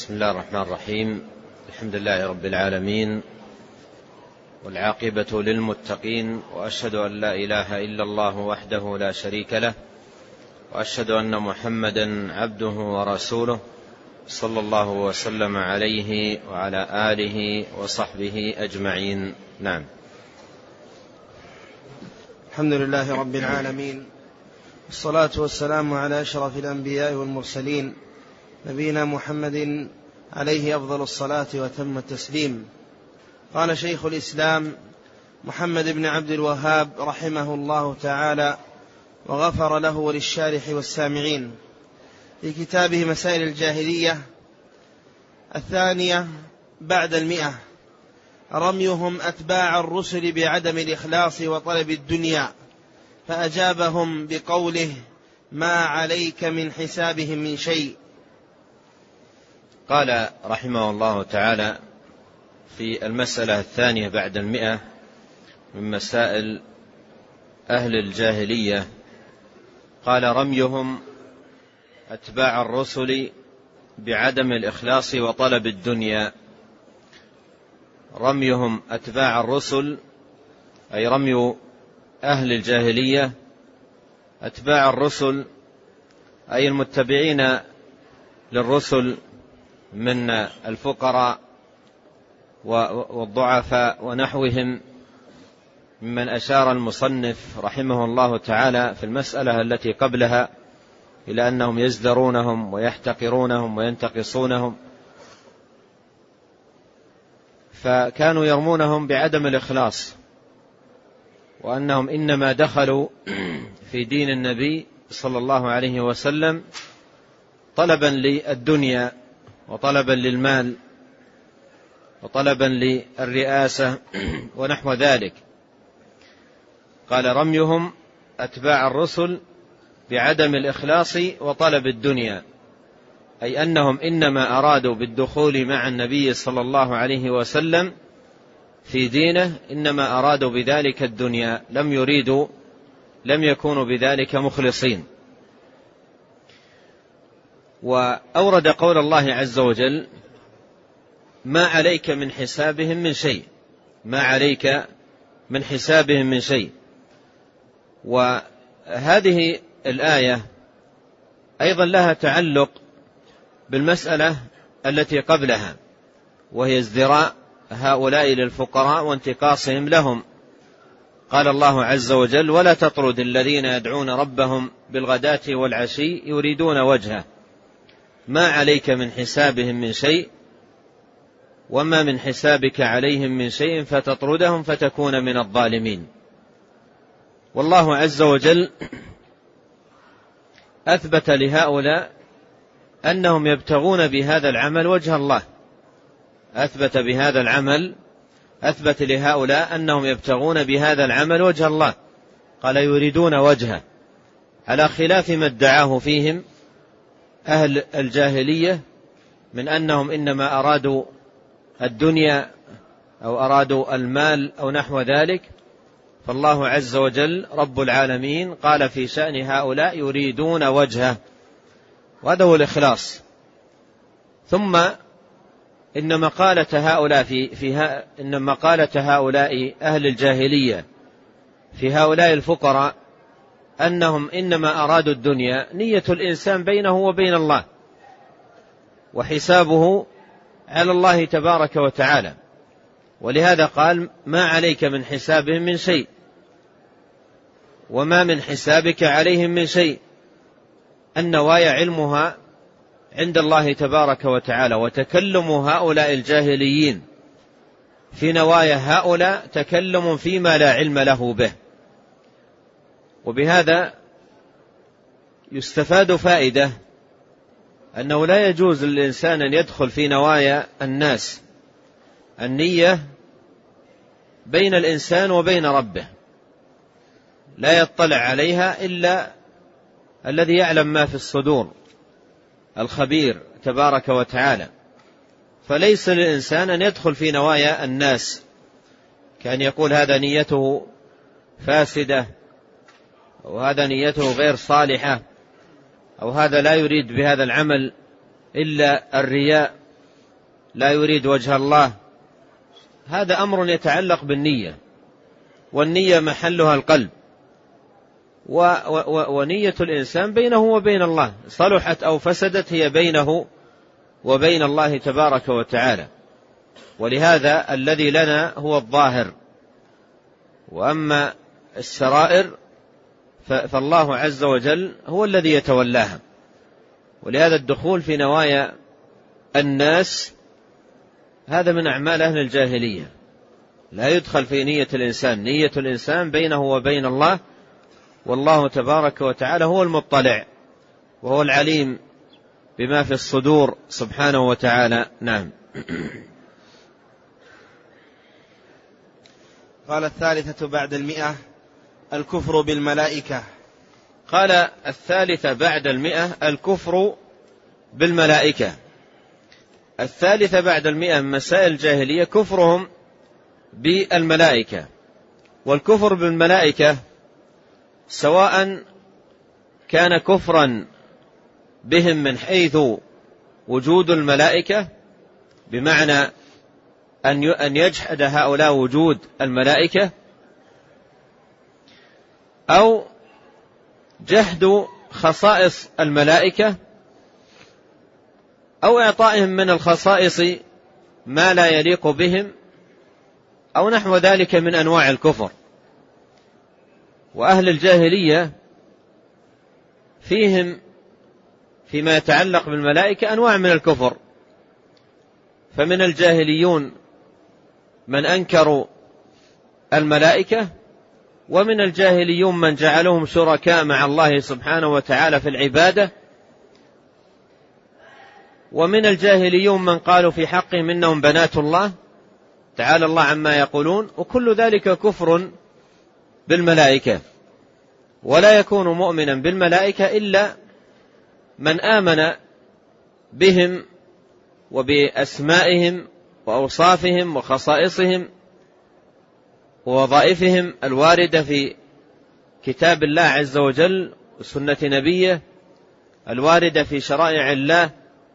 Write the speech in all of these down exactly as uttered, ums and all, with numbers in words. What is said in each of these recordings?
بسم الله الرحمن الرحيم. الحمد لله رب العالمين، والعاقبة للمتقين، وأشهد أن لا إله إلا الله وحده لا شريك له، وأشهد أن محمدا عبده ورسوله، صلى الله وسلم عليه وعلى آله وصحبه أجمعين. نعم. الحمد لله رب العالمين، والصلاة والسلام على أشرف الأنبياء والمرسلين، نبينا محمد عليه أفضل الصلاة وتم التسليم. قال شيخ الإسلام محمد بن عبد الوهاب رحمه الله تعالى وغفر له وللشارح والسامعين في كتابه مسائل الجاهلية الثانية بعد المئة: رميهم أتباع الرسل بعدم الإخلاص وطلب الدنيا، فأجابهم بقوله: ما عليك من حسابهم من شيء. قال رحمه الله تعالى في المسألة الثانية بعد المئة من مسائل أهل الجاهلية، قال: رميهم أتباع الرسل بعدم الإخلاص وطلب الدنيا. رميهم أتباع الرسل أي رمي أهل الجاهلية أتباع الرسل أي المتبعين للرسل من الفقراء والضعفاء ونحوهم، ممن أشار المصنف رحمه الله تعالى في المسألة التي قبلها إلى أنهم يزدرونهم ويحتقرونهم وينتقصونهم، فكانوا يرمونهم بعدم الإخلاص، وأنهم إنما دخلوا في دين النبي صلى الله عليه وسلم طلبا للدنيا وطلبا للمال وطلبا للرئاسة ونحو ذلك. قال: رميهم أتباع الرسل بعدم الإخلاص وطلب الدنيا، أي أنهم إنما أرادوا بالدخول مع النبي صلى الله عليه وسلم في دينه إنما أرادوا بذلك الدنيا، لم يريدوا لم يكونوا بذلك مخلصين. وأورد قول الله عز وجل: ما عليك من حسابهم من شيء، ما عليك من حسابهم من شيء. وهذه الآية أيضا لها تعلق بالمسألة التي قبلها، وهي ازدراء هؤلاء للفقراء وانتقاصهم لهم. قال الله عز وجل: ولا تطرد الذين يدعون ربهم بالغداة والعشي يريدون وجهه، ما عليك من حسابهم من شيء وما من حسابك عليهم من شيء فتطردهم فتكون من الظالمين. والله عز وجل أثبت لهؤلاء أنهم يبتغون بهذا العمل وجه الله، أثبت بهذا العمل أثبت لهؤلاء أنهم يبتغون بهذا العمل وجه الله، قال: يريدون وجهه، على خلاف ما ادعاه فيهم أهل الجاهلية من أنهم إنما أرادوا الدنيا أو أرادوا المال أو نحو ذلك. فالله عز وجل رب العالمين قال في شأن هؤلاء: يريدون وجهه، وهذا هو الإخلاص. ثم إن مقالة هؤلاء في فيها إن مقالة هؤلاء أهل الجاهلية في هؤلاء الفقراء أنهم إنما أرادوا الدنيا، نية الإنسان بينه وبين الله، وحسابه على الله تبارك وتعالى. ولهذا قال: ما عليك من حسابهم من شيء وما من حسابك عليهم من شيء. النوايا علمها عند الله تبارك وتعالى، وتكلم هؤلاء الجاهليين في نوايا هؤلاء تكلم فيما لا علم له به. وبهذا يستفاد فائدة أنه لا يجوز للإنسان أن يدخل في نوايا الناس. النية بين الإنسان وبين ربه، لا يطلع عليها إلا الذي يعلم ما في الصدور، الخبير تبارك وتعالى. فليس للإنسان أن يدخل في نوايا الناس، كأن يقول هذا نيته فاسدة، أو هذا نيته غير صالحة، أو هذا لا يريد بهذا العمل إلا الرياء لا يريد وجه الله، هذا أمر يتعلق بالنية، والنية محلها القلب، ونية الإنسان بينه وبين الله، صلحت أو فسدت هي بينه وبين الله تبارك وتعالى. ولهذا الذي لنا هو الظاهر، وأما السرائر فالله عز وجل هو الذي يتولاها. ولهذا الدخول في نوايا الناس هذا من أعمال أهل الجاهلية، لا يدخل في نية الإنسان، نية الإنسان بينه وبين الله، والله تبارك وتعالى هو المطلع وهو العليم بما في الصدور سبحانه وتعالى. نعم. قال الثالثة بعد المئة الكفر بالملائكة. قال الثالثة بعد المئة الكفر بالملائكة. الثالثة بعد المئة من مسائل الجاهلية كفرهم بالملائكة. والكفر بالملائكة سواء كان كفرا بهم من حيث وجود الملائكة، بمعنى أن يجحد هؤلاء وجود الملائكة، أو جحد خصائص الملائكة، أو إعطائهم من الخصائص ما لا يليق بهم، أو نحو ذلك من أنواع الكفر. وأهل الجاهلية فيهم فيما يتعلق بالملائكة أنواع من الكفر، فمن الجاهليون من أنكروا الملائكة، ومن الجاهليون من جعلهم شركاء مع الله سبحانه وتعالى في العبادة، ومن الجاهليون من قالوا في حقهم إنهم بنات الله تعالى الله عما يقولون. وكل ذلك كفر بالملائكة. ولا يكون مؤمنا بالملائكة إلا من آمن بهم وبأسمائهم وأوصافهم وخصائصهم ووظائفهم الواردة في كتاب الله عز وجل وسنة نبيه، الواردة في شرائع الله.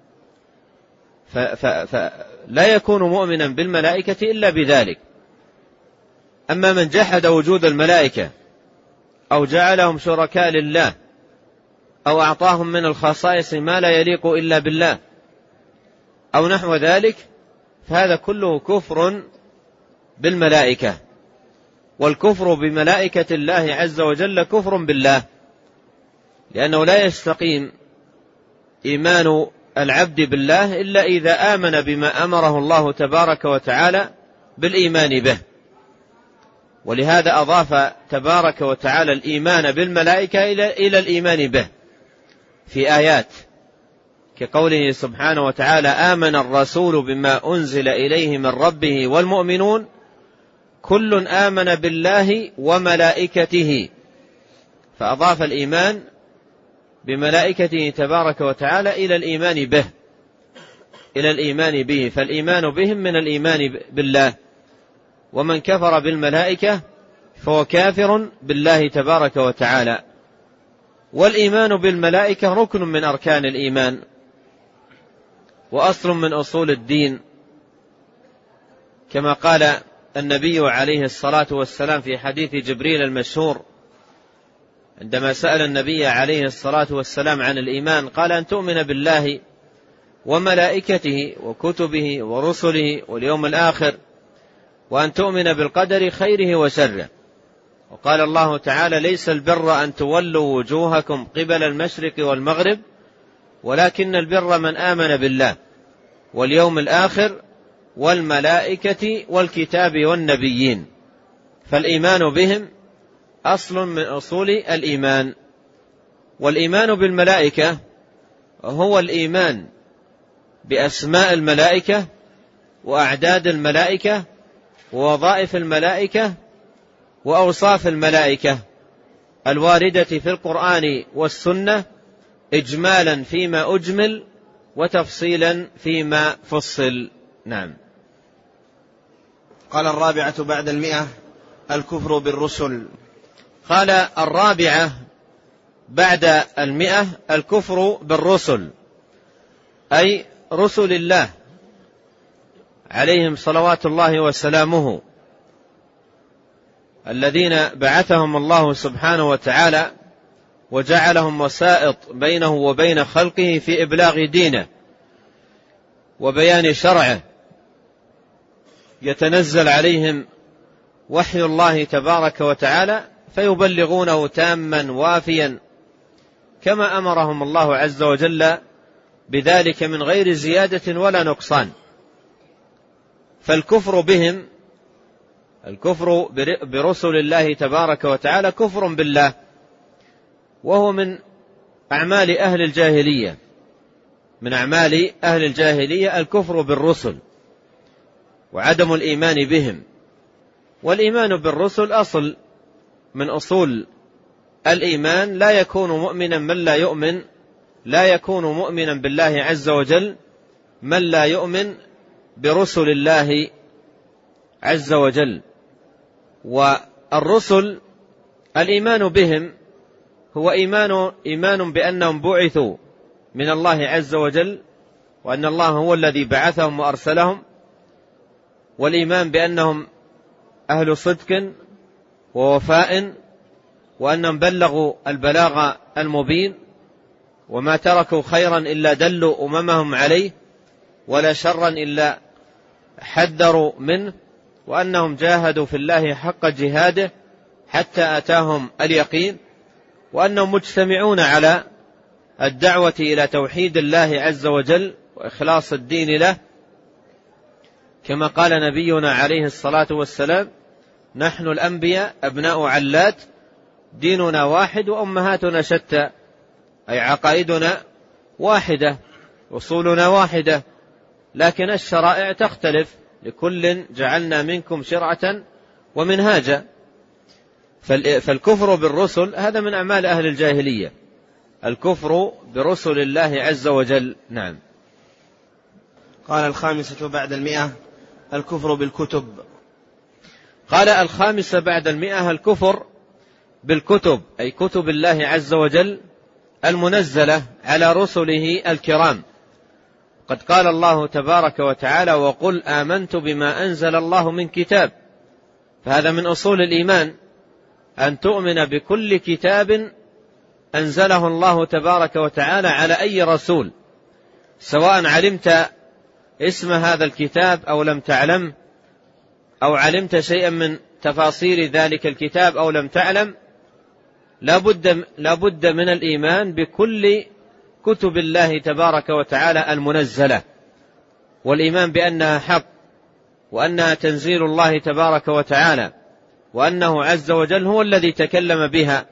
فلا يكون مؤمنا بالملائكة إلا بذلك. أما من جحد وجود الملائكة أو جعلهم شركاء لله أو أعطاهم من الخصائص ما لا يليق إلا بالله أو نحو ذلك، فهذا كله كفر بالملائكة. والكفر بملائكة الله عز وجل كفر بالله، لأنه لا يستقيم إيمان العبد بالله إلا إذا آمن بما أمره الله تبارك وتعالى بالإيمان به. ولهذا أضاف تبارك وتعالى الإيمان بالملائكة إلى الإيمان به في آيات، كقوله سبحانه وتعالى: آمن الرسول بما أنزل إليه من ربه والمؤمنون كل آمن بالله وملائكته. فأضاف الإيمان بملائكته تبارك وتعالى إلى الإيمان به إلى الإيمان به فالإيمان بهم من الإيمان بالله. ومن كفر بالملائكة فهو كافر بالله تبارك وتعالى. والإيمان بالملائكة ركن من أركان الإيمان وأصل من أصول الدين، كما قال النبي عليه الصلاة والسلام في حديث جبريل المشهور عندما سأل النبي عليه الصلاة والسلام عن الإيمان، قال: أن تؤمن بالله وملائكته وكتبه ورسله واليوم الآخر، وأن تؤمن بالقدر خيره وشره. وقال الله تعالى: ليس البر أن تولوا وجوهكم قبل المشرق والمغرب ولكن البر من آمن بالله واليوم الآخر والملائكة والكتاب والنبيين. فالإيمان بهم أصل من أصول الإيمان. والإيمان بالملائكة هو الإيمان بأسماء الملائكة وأعداد الملائكة ووظائف الملائكة وأوصاف الملائكة الواردة في القرآن والسنة، إجمالا فيما أجمل وتفصيلا فيما فصل. نعم. قال الرابعة بعد المئة الكفر بالرسل. قال الرابعة بعد المئة الكفر بالرسل، أي رسل الله عليهم صلوات الله وسلامه، الذين بعثهم الله سبحانه وتعالى وجعلهم وسائط بينه وبين خلقه في إبلاغ دينه وبيان شرعه، يتنزل عليهم وحي الله تبارك وتعالى فيبلغونه تاما وافيا كما أمرهم الله عز وجل بذلك من غير زيادة ولا نقصان. فالكفر بهم، الكفر برسل الله تبارك وتعالى كفر بالله، وهو من أعمال أهل الجاهلية، من أعمال أهل الجاهلية الكفر بالرسل وعدم الإيمان بهم. والإيمان بالرسل أصل من أصول الإيمان، لا يكون مؤمنا من لا يؤمن لا يكون مؤمنا بالله عز وجل من لا يؤمن برسل الله عز وجل. والرسل الإيمان بهم هو إيمان, إيمان بأنهم بعثوا من الله عز وجل، وأن الله هو الذي بعثهم وأرسلهم، والإيمان بأنهم أهل صدق ووفاء، وأنهم بلغوا البلاغ المبين، وما تركوا خيرا إلا دلوا أممهم عليه، ولا شرا إلا حذروا منه، وأنهم جاهدوا في الله حق جهاده حتى أتاهم اليقين، وأنهم مجتمعون على الدعوة إلى توحيد الله عز وجل وإخلاص الدين له، كما قال نبينا عليه الصلاة والسلام: نحن الأنبياء أبناء علات، ديننا واحد وأمهاتنا شتى، أي عقائدنا واحدة، أصولنا واحدة، لكن الشرائع تختلف، لكل جعلنا منكم شرعة ومنهاجا. فالكفر بالرسل هذا من أعمال أهل الجاهلية، الكفر برسل الله عز وجل. نعم. قال الخامسة بعد المئة الكفر بالكتب. قال الخامسة بعد المئة الكفر بالكتب، أي كتب الله عز وجل المنزلة على رسله الكرام. قد قال الله تبارك وتعالى: وقل آمنت بما أنزل الله من كتاب. فهذا من أصول الإيمان، أن تؤمن بكل كتاب أنزله الله تبارك وتعالى على أي رسول، سواء علمت اسم هذا الكتاب أو لم تعلم، أو علمت شيئا من تفاصيل ذلك الكتاب أو لم تعلم، لا بد, لا بد من الإيمان بكل كتب الله تبارك وتعالى المنزلة، والإيمان بأنها حق، وأنها تنزيل الله تبارك وتعالى، وأنه عز وجل هو الذي تكلم بها،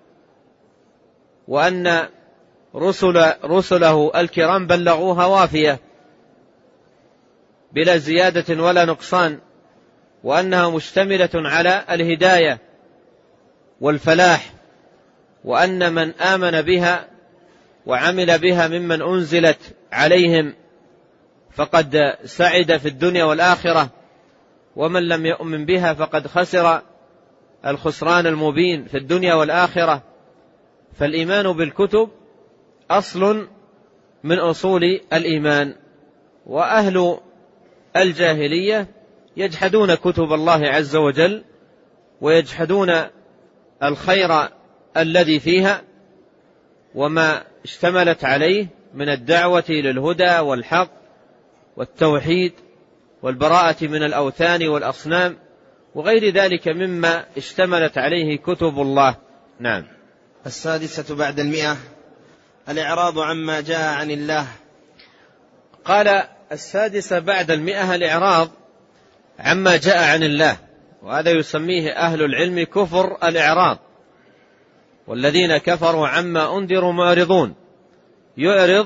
وأن رسل رسله الكرام بلغوها وافية بلا زيادة ولا نقصان، وأنها مشتملة على الهداية والفلاح، وأن من آمن بها وعمل بها ممن أنزلت عليهم فقد سعد في الدنيا والآخرة، ومن لم يؤمن بها فقد خسر الخسران المبين في الدنيا والآخرة. فالإيمان بالكتب أصل من أصول الإيمان. وأهل الجاهلية يجحدون كتب الله عز وجل، ويجحدون الخير الذي فيها وما اشتملت عليه من الدعوة للهدى والحق والتوحيد والبراءة من الأوثان والأصنام وغير ذلك مما اشتملت عليه كتب الله. نعم. السادسة بعد المئة الإعراض عما جاء عن الله. قال السادسة بعد المئة الإعراض عما جاء عن الله، وهذا يسميه أهل العلم كفر الإعراض. والذين كفروا عما أنذروا معرضون، يعرض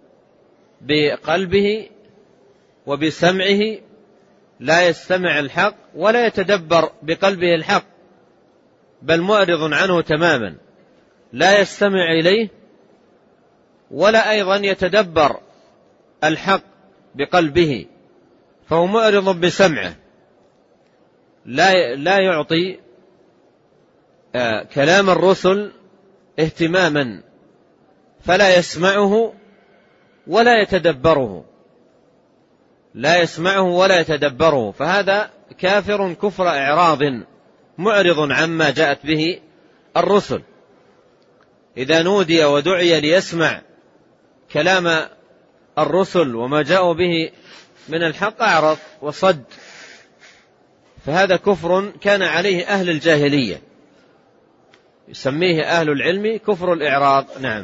بقلبه وبسمعه، لا يستمع الحق ولا يتدبر بقلبه الحق، بل معرض عنه تماما، لا يستمع إليه ولا أيضا يتدبر الحق بقلبه، فهو معرض بسمعه، لا لا يعطي آه كلام الرسل اهتماما، فلا يسمعه ولا يتدبره. لا يسمعه ولا يتدبره، فهذا كافر كفر إعراض معرض عما جاءت به الرسل. إذا نودي ودعي ليسمع كلام الرسل وما جاءوا به من الحق أعرض وصد، فهذا كفر كان عليه أهل الجاهلية، يسميه أهل العلم كفر الإعراض. نعم.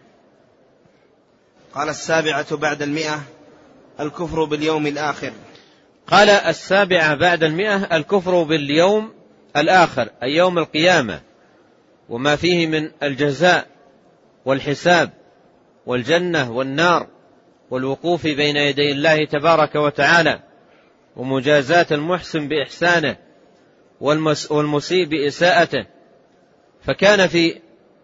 قال السابعة بعد المئة الكفر باليوم الآخر. قال السابعة بعد المئة الكفر باليوم الآخر، أي يوم القيامة وما فيه من الجزاء والحساب والجنة والنار والوقوف بين يدي الله تبارك وتعالى ومجازاة المحسن بإحسانه والمسيء بإساءته. فكان في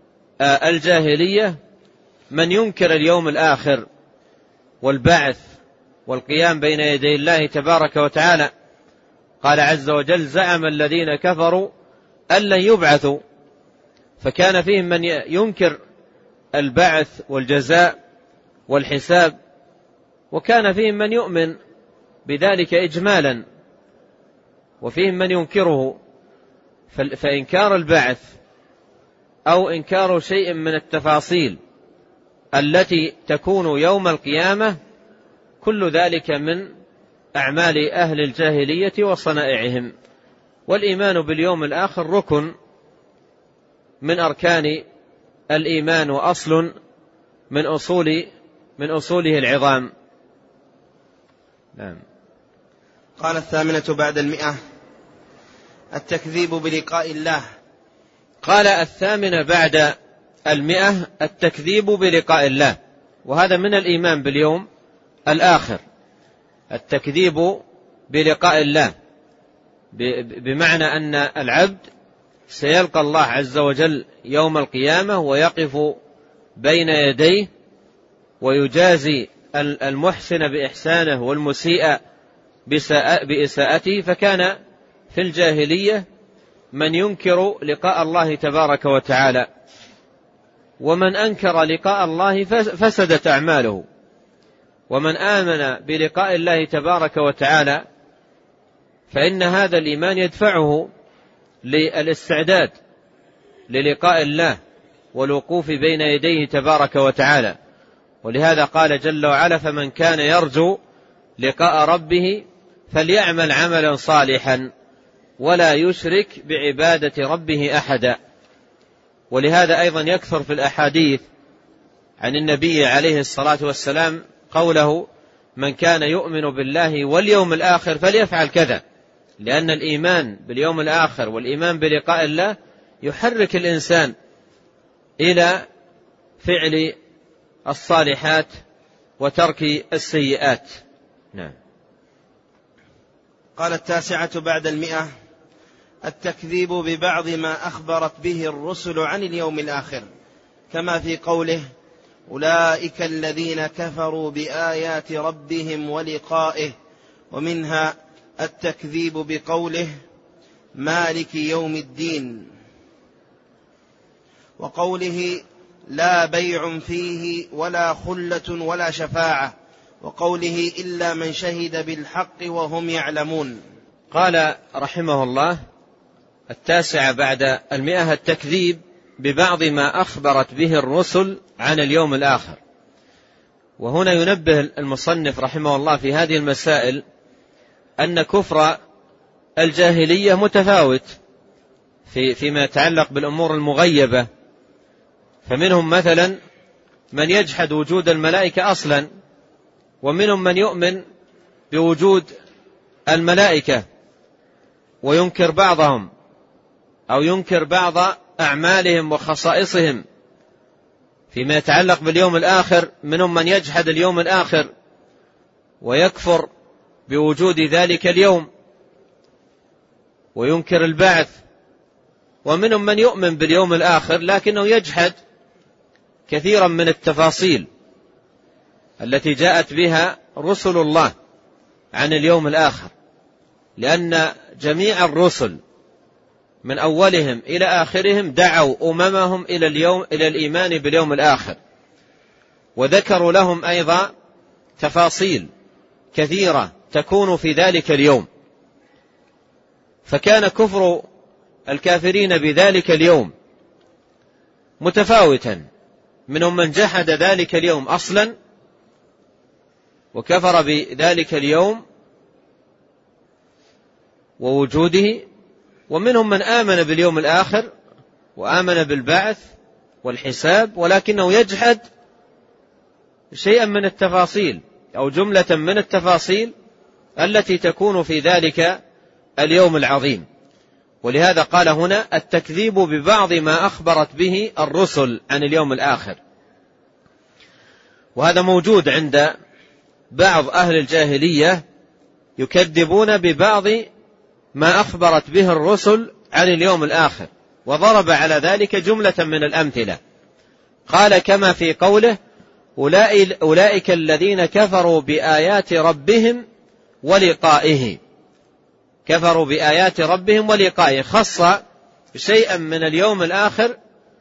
الجاهلية من ينكر اليوم الآخر والبعث والقيام بين يدي الله تبارك وتعالى. قال عز وجل: زعم الذين كفروا أن لن يبعثوا، فكان فيهم من ينكر البعث والجزاء والحساب، وكان فيهم من يؤمن بذلك إجمالا، وفيهم من ينكره. فإنكار البعث أو إنكار شيء من التفاصيل التي تكون يوم القيامة كل ذلك من أعمال أهل الجاهلية وصنائعهم. والإيمان باليوم الآخر ركن من أركان الإيمان وأصل من أصول من أصوله العظام. نعم. قال الثامنة بعد المئة التكذيب بلقاء الله. قال الثامنة بعد المئة التكذيب بلقاء الله، وهذا من الإيمان باليوم الآخر، التكذيب بلقاء الله، بمعنى أن العبد سيلقى الله عز وجل يوم القيامة ويقف بين يديه ويجازي المحسن بإحسانه والمسيء بإساءته. فكان في الجاهلية من ينكر لقاء الله تبارك وتعالى، ومن أنكر لقاء الله فسدت أعماله، ومن آمن بلقاء الله تبارك وتعالى فإن هذا الإيمان يدفعه للاستعداد للقاء الله والوقوف بين يديه تبارك وتعالى. ولهذا قال جل وعلا: فمن كان يرجو لقاء ربه فليعمل عملا صالحا ولا يشرك بعبادة ربه أحدا. ولهذا أيضا يكثر في الأحاديث عن النبي عليه الصلاة والسلام قوله: من كان يؤمن بالله واليوم الآخر فليفعل كذا، لأن الإيمان باليوم الآخر والإيمان بلقاء الله يحرك الإنسان إلى فعل الصالحات وترك السيئات. نعم. قال التاسعة بعد المئة التكذيب ببعض ما أخبرت به الرسل عن اليوم الآخر، كما في قوله: أولئك الذين كفروا بآيات ربهم ولقائه. ومنها التكذيب بقوله: مالك يوم الدين، وقوله: لا بيع فيه ولا خلة ولا شفاعة، وقوله: إلا من شهد بالحق وهم يعلمون. قال رحمه الله: التاسع بعد المئة التكذيب ببعض ما أخبرت به الرسل عن اليوم الآخر. وهنا ينبه المصنف رحمه الله في هذه المسائل أن كفر الجاهلية متفاوت في فيما يتعلق بالأمور المغيبة. فمنهم مثلا من يجحد وجود الملائكة أصلا، ومنهم من يؤمن بوجود الملائكة وينكر بعضهم أو ينكر بعض أعمالهم وخصائصهم. فيما يتعلق باليوم الآخر منهم من يجحد اليوم الآخر ويكفر بوجود ذلك اليوم وينكر البعث، ومنهم من يؤمن باليوم الآخر لكنه يجحد كثيرا من التفاصيل التي جاءت بها رسل الله عن اليوم الآخر، لأن جميع الرسل من أولهم إلى آخرهم دعوا أممهم إلى اليوم إلى الإيمان باليوم الآخر، وذكروا لهم أيضا تفاصيل كثيرة تكون في ذلك اليوم. فكان كفر الكافرين بذلك اليوم متفاوتا، منهم من جحد ذلك اليوم أصلا وكفر بذلك اليوم ووجوده، ومنهم من آمن باليوم الآخر وآمن بالبعث والحساب، ولكنه يجحد شيئا من التفاصيل أو جملة من التفاصيل التي تكون في ذلك اليوم العظيم. ولهذا قال هنا التكذيب ببعض ما أخبرت به الرسل عن اليوم الآخر. وهذا موجود عند بعض أهل الجاهلية، يكذبون ببعض ما أخبرت به الرسل عن اليوم الآخر، وضرب على ذلك جملة من الأمثلة. قال كما في قوله أولئك الذين كفروا بآيات ربهم ولقائه، كفروا بآيات ربهم ولقائه، خص شيئا من اليوم الآخر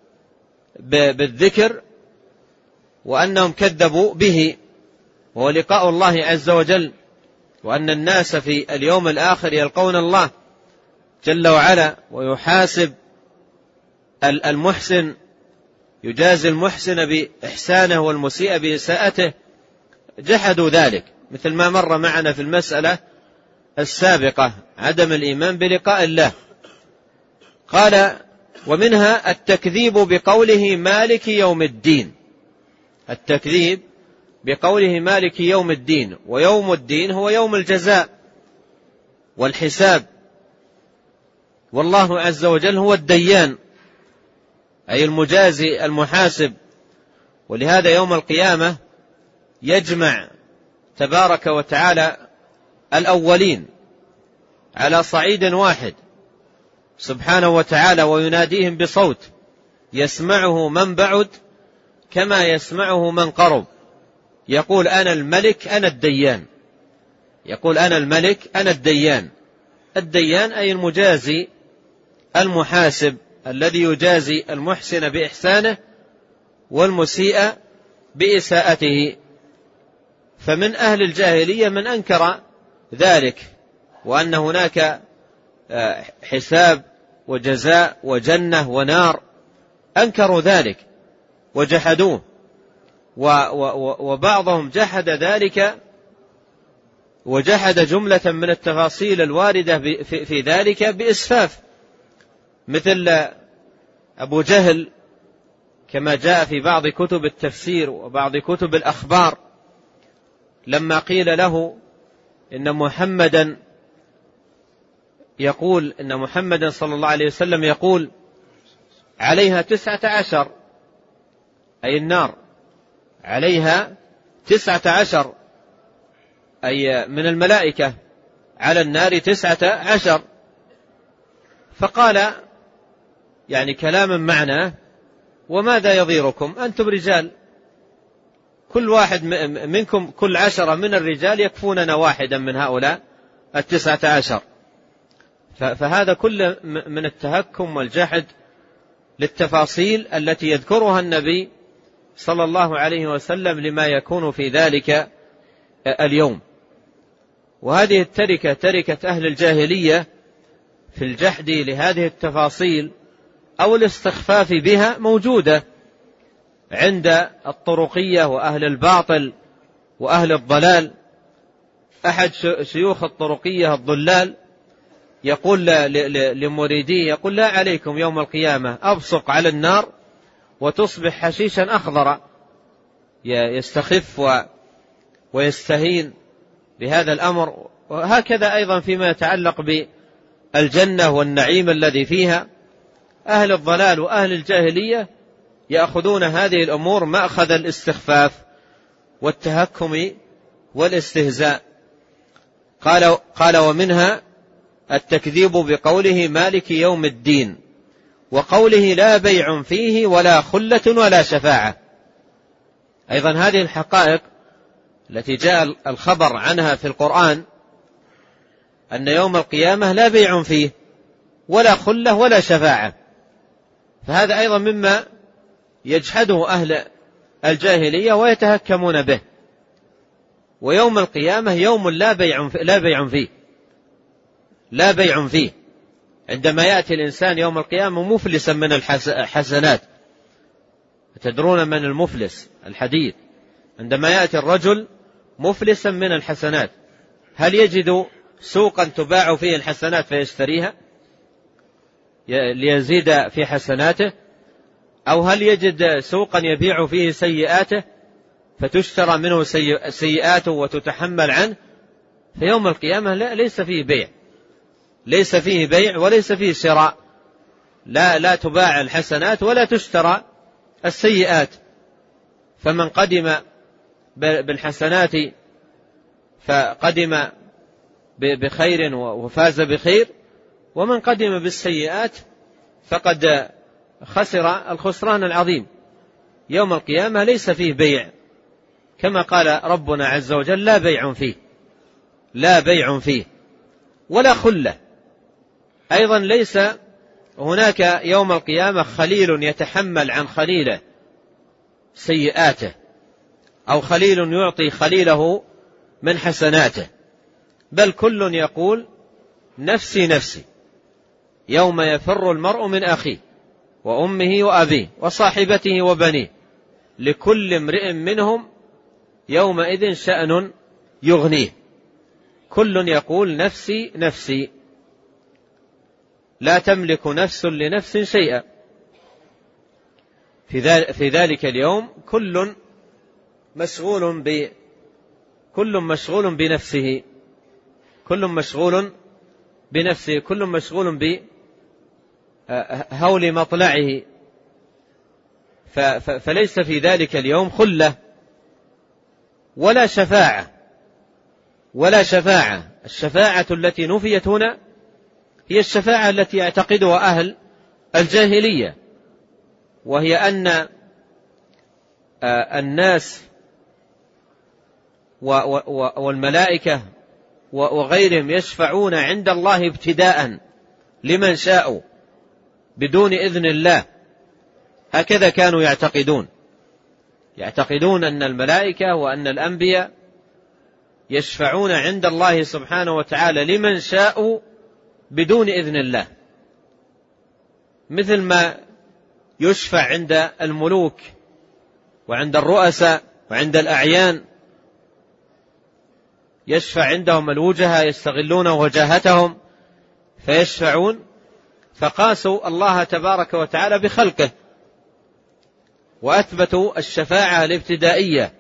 بالذكر وأنهم كذبوا به، وهو لقاء الله عز وجل، وأن الناس في اليوم الآخر يلقون الله جل وعلا ويحاسب المحسن، يجازي المحسن بإحسانه والمسيء بإساءته. جحدوا ذلك، مثل ما مر معنا في المسألة السابقة عدم الإيمان بلقاء الله. قال ومنها التكذيب بقوله مالك يوم الدين، التكذيب بقوله مالك يوم الدين، ويوم الدين هو يوم الجزاء والحساب، والله عز وجل هو الديان أي المجازي المحاسب. ولهذا يوم القيامة يجمع تبارك وتعالى الأولين على صعيد واحد سبحانه وتعالى، ويناديهم بصوت يسمعه من بعد كما يسمعه من قرب، يقول أنا الملك أنا الديان، يقول أنا الملك أنا الديان. الديان أي المجازي المحاسب الذي يجازي المحسن بإحسانه والمسيء بإساءته. فمن أهل الجاهلية من أنكر ذلك، وأن هناك حساب وجزاء وجنة ونار، أنكروا ذلك وجحدوه، وبعضهم جحد ذلك وجحد جملة من التفاصيل الواردة في ذلك بإسفاف، مثل أبو جهل كما جاء في بعض كتب التفسير وبعض كتب الأخبار، لما قيل له إن محمدا يقول إن محمدا صلى الله عليه وسلم يقول عليها تسعة عشر، أي النار عليها تسعة عشر، أي من الملائكة على النار تسعة عشر. فقال يعني كلاما معناه وماذا يضيركم أنتم رجال، كل واحد منكم كل عشرة من الرجال يكفوننا واحدا من هؤلاء التسعة عشر. فهذا كله من التهكم والجحد للتفاصيل التي يذكرها النبي صلى الله عليه وسلم لما يكون في ذلك اليوم. وهذه التركة تركة أهل الجاهلية في الجحد لهذه التفاصيل أو الاستخفاف بها موجودة عند الطرقية وأهل الباطل وأهل الضلال. أحد شيوخ الطرقية الضلال يقول لمريديه يقول لا عليكم يوم القيامة أبصق على النار وتصبح حشيشا أخضر، يستخف ويستهين بهذا الأمر. وهكذا أيضا فيما يتعلق بالجنة والنعيم الذي فيها، أهل الضلال وأهل الجاهلية يأخذون هذه الأمور مأخذ الاستخفاف والتهكم والاستهزاء. قال, قال ومنها التكذيب بقوله مالك يوم الدين، وقوله لا بيع فيه ولا خلة ولا شفاعة. أيضا هذه الحقائق التي جاء الخبر عنها في القرآن أن يوم القيامة لا بيع فيه ولا خلة ولا شفاعة، فهذا أيضا مما يجحده أهل الجاهلية ويتهكمون به. ويوم القيامة يوم لا بيع لا بيع فيه لا بيع فيه عندما يأتي الإنسان يوم القيامة مفلسا من الحسنات. تدرون من المفلس؟ الحديث عندما يأتي الرجل مفلسا من الحسنات، هل يجد سوقا تباع فيه الحسنات فيشتريها ليزيد في حسناته، أو هل يجد سوقا يبيع فيه سيئاته فتشترى منه سيئاته وتتحمل عنه؟ في يوم القيامة لا، ليس فيه بيع ليس فيه بيع وليس فيه شراء، لا لا تباع الحسنات ولا تشترى السيئات. فمن قدم بالحسنات فقدم بخير وفاز بخير، ومن قدم بالسيئات فقد خسر الخسران العظيم. يوم القيامة ليس فيه بيع، كما قال ربنا عز وجل: لا بيع فيه لا بيع فيه ولا خلة. أيضا ليس هناك يوم القيامة خليل يتحمل عن خليله سيئاته، أو خليل يعطي خليله من حسناته، بل كل يقول نفسي نفسي، يوم يفر المرء من أخيه وأمه وأبيه وصاحبته وبنيه لكل امرئ منهم يومئذ شأن يغنيه. كل يقول نفسي نفسي، لا تملك نفس لنفس شيئا. في ذلك اليوم كل مشغول ب كل مشغول بنفسه كل مشغول بنفسه كل مشغول بهول مطلعه، فليس في ذلك اليوم خلة ولا شفاعة ولا شفاعة. الشفاعة التي نفيت هنا هي الشفاعة التي يعتقدها أهل الجاهلية، وهي أن الناس والملائكة وغيرهم يشفعون عند الله ابتداء لمن شاءوا بدون إذن الله. هكذا كانوا يعتقدون يعتقدون أن الملائكة وأن الأنبياء يشفعون عند الله سبحانه وتعالى لمن شاءوا بدون إذن الله، مثل ما يشفع عند الملوك وعند الرؤساء وعند الأعيان، يشفع عندهم الوجهاء يستغلون وجاهتهم فيشفعون. فقاسوا الله تبارك وتعالى بخلقه وأثبتوا الشفاعة الابتدائية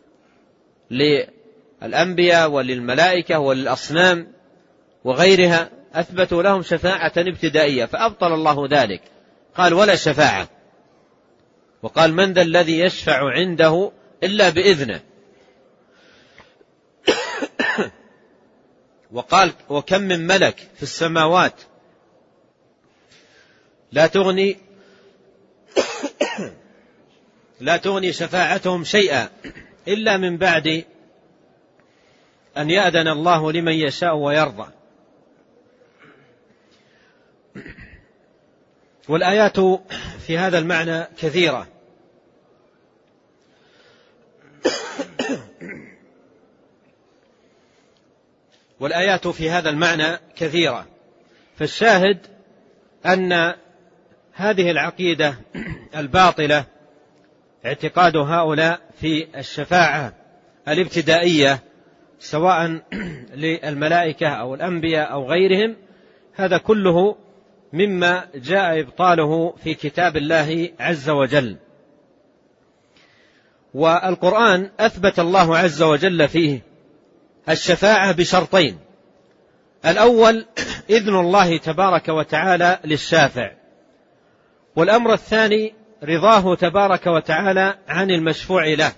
للأنبياء وللملائكة وللأصنام وغيرها، أثبتوا لهم شفاعة ابتدائية، فأبطل الله ذلك، قال ولا شفاعة، وقال من ذا الذي يشفع عنده إلا بإذنه. وقال وكم من ملك في السماوات لا تغني لا تغني شفاعتهم شيئا إلا من بعد أن يأذن الله لمن يشاء ويرضى. والآيات في هذا المعنى كثيرة، والآيات في هذا المعنى كثيرة فالشاهد أن هذه العقيدة الباطلة اعتقاد هؤلاء في الشفاعة الابتدائية سواء للملائكة أو الأنبياء أو غيرهم، هذا كله مما جاء إبطاله في كتاب الله عز وجل. والقرآن أثبت الله عز وجل فيه الشفاعة بشرطين: الأول إذن الله تبارك وتعالى للشافع، والأمر الثاني رضاه تبارك وتعالى عن المشفوع له.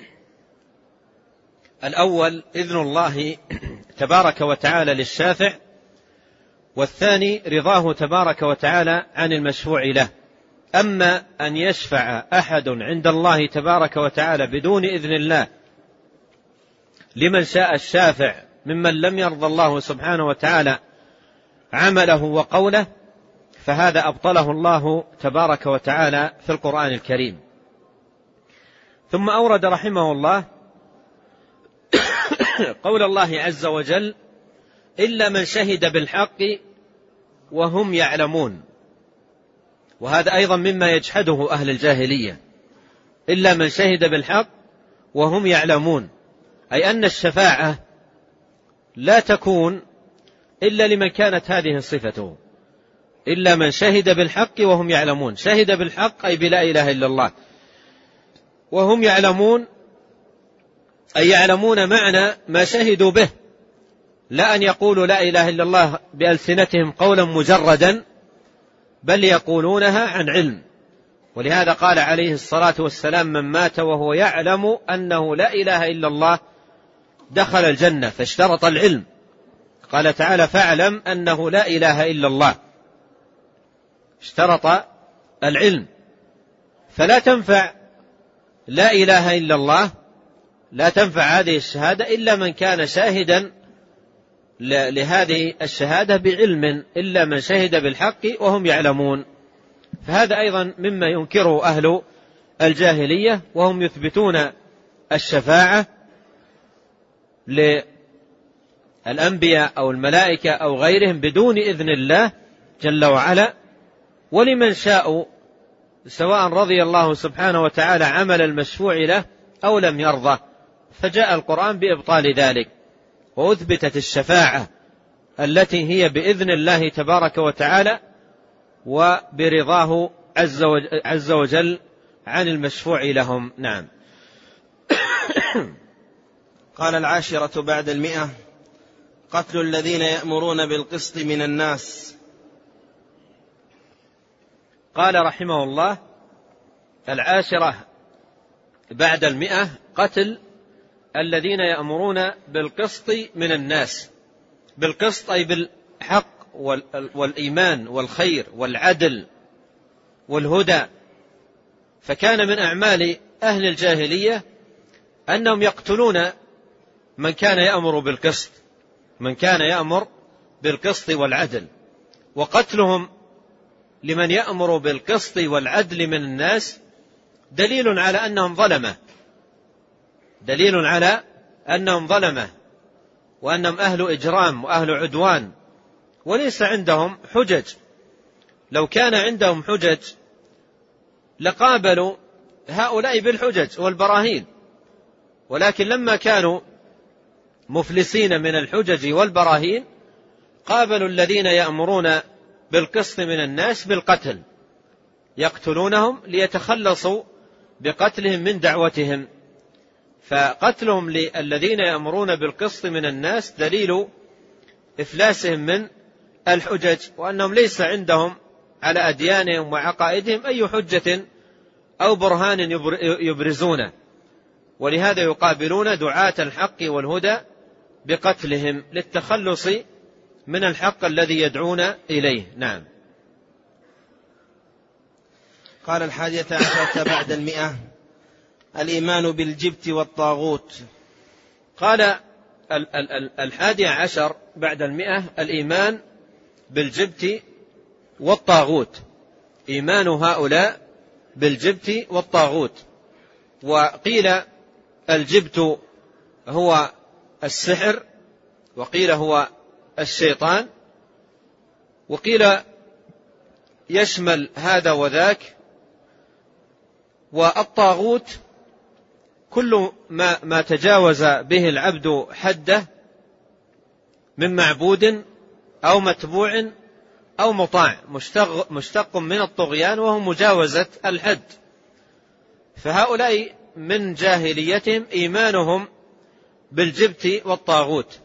الأول إذن الله تبارك وتعالى للشافع، والثاني رضاه تبارك وتعالى عن المشفوع له. أما أن يشفع أحد عند الله تبارك وتعالى بدون إذن الله لمن شاء الشافع ممن لم يرضى الله سبحانه وتعالى عمله وقوله، فهذا أبطله الله تبارك وتعالى في القرآن الكريم. ثم أورد رحمه الله قول الله عز وجل: إلا من شهد بالحق وهم يعلمون. وهذا أيضا مما يجحده أهل الجاهلية، إلا من شهد بالحق وهم يعلمون، أي أن الشفاعة لا تكون إلا لمن كانت هذه صفته، إلا من شهد بالحق وهم يعلمون. شهد بالحق أي بلا إله إلا الله، وهم يعلمون أي يعلمون معنى ما شهدوا به، لا أن يقولوا لا إله إلا الله بألسنتهم قولا مجردا، بل يقولونها عن علم. ولهذا قال عليه الصلاة والسلام: من مات وهو يعلم أنه لا إله إلا الله دخل الجنة، فاشترط العلم. قال تعالى: فاعلم أنه لا إله إلا الله، اشترط العلم. فلا تنفع لا إله إلا الله، لا تنفع هذه الشهادة إلا من كان شاهدا لهذه الشهادة بعلم، إلا من شهد بالحق وهم يعلمون. فهذا أيضا مما ينكره أهل الجاهلية، وهم يثبتون الشفاعة للأنبياء أو الملائكة أو غيرهم بدون إذن الله جل وعلا، ولمن شاءوا، سواء رضي الله سبحانه وتعالى عمل المشفوع له أو لم يرضى. فجاء القرآن بإبطال ذلك، وأثبتت الشفاعة التي هي بإذن الله تبارك وتعالى وبرضاه عز وجل عن المشفوع لهم. نعم. قال: العاشرة بعد المئة: قتل الذين يأمرون بالقسط من الناس. قال رحمه الله: العاشرة بعد المئة: قتل الذين يأمرون بالقسط من الناس. بالقسط أي بالحق والإيمان والخير والعدل والهدى. فكان من أعمال أهل الجاهلية أنهم يقتلون من كان يأمر بالقسط، من كان يأمر بالقسط والعدل. وقتلهم لمن يأمر بالقسط والعدل من الناس دليل على أنهم ظلمة، دليل على أنهم ظلمة وأنهم أهل إجرام وأهل عدوان، وليس عندهم حجج. لو كان عندهم حجج لقابلوا هؤلاء بالحجج والبراهين، ولكن لما كانوا مفلسين من الحجج والبراهين قابلوا الذين يأمرون بالقسط من الناس بالقتل، يقتلونهم ليتخلصوا بقتلهم من دعوتهم. فقتلهم للذين يأمرون بالقسط من الناس دليل إفلاسهم من الحجج، وأنهم ليس عندهم على أديانهم وعقائدهم أي حجة أو برهان يبرزونه، ولهذا يقابلون دعاة الحق والهدى بقتلهم للتخلص من الحق الذي يدعون إليه. نعم. قال: الحادية عشرة بعد المئة: الإيمان بالجبت والطاغوت. قال الحادية عشر بعد المئة: الإيمان بالجبت والطاغوت. إيمان هؤلاء بالجبت والطاغوت. وقيل الجبت هو السحر، وقيل هو الشيطان، وقيل يشمل هذا وذاك. والطاغوت كل ما, ما تجاوز به العبد حده من معبود أو متبوع أو مطاع، مشتق من الطغيان وهو مجاوزة الحد. فهؤلاء من جاهليتهم إيمانهم بالجبت والطاغوت.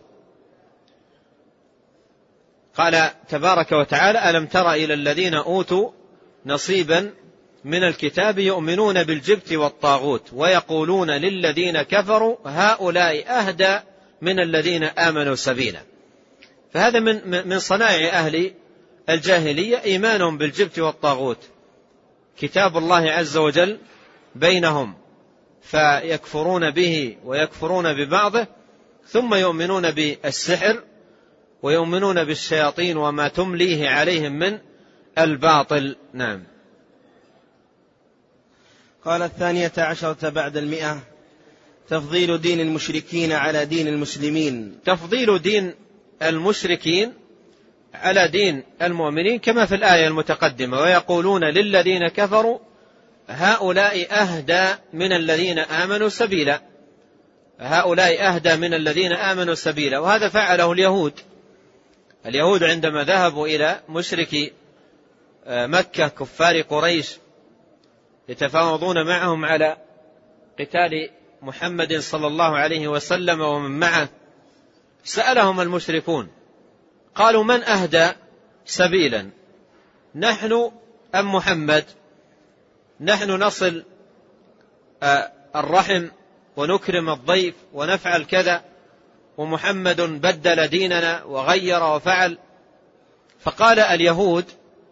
قال تبارك وتعالى: ألم تر إلى الذين أوتوا نصيبا من الكتاب يؤمنون بالجبت والطاغوت ويقولون للذين كفروا هؤلاء أهدى من الذين آمنوا سبيلا. فهذا من من صنائع أهل الجاهلية، إيمانهم بالجبت والطاغوت، كتاب الله عز وجل بينهم فيكفرون به ويكفرون ببعضه، ثم يؤمنون بالسحر ويؤمنون بالشياطين وما تمليه عليهم من الباطل. نعم. قال: الثانية عشرة بعد المئة: تفضيل دين المشركين على دين المسلمين. تفضيل دين المشركين على دين المؤمنين كما في الآية المتقدمة: ويقولون للذين كفروا هؤلاء أهدى من الذين آمنوا سبيلا. هؤلاء أهدى من الذين آمنوا سبيلا. وهذا فعله اليهود. اليهود عندما ذهبوا إلى مشركي مكة كفار قريش يتفاوضون معهم على قتال محمد صلى الله عليه وسلم ومن معه، سألهم المشركون قالوا: من أهدى سبيلا، نحن أم محمد؟ نحن نصل الرحم ونكرم الضيف ونفعل كذا، ومحمد بدل ديننا وغير وفعل. فقال اليهود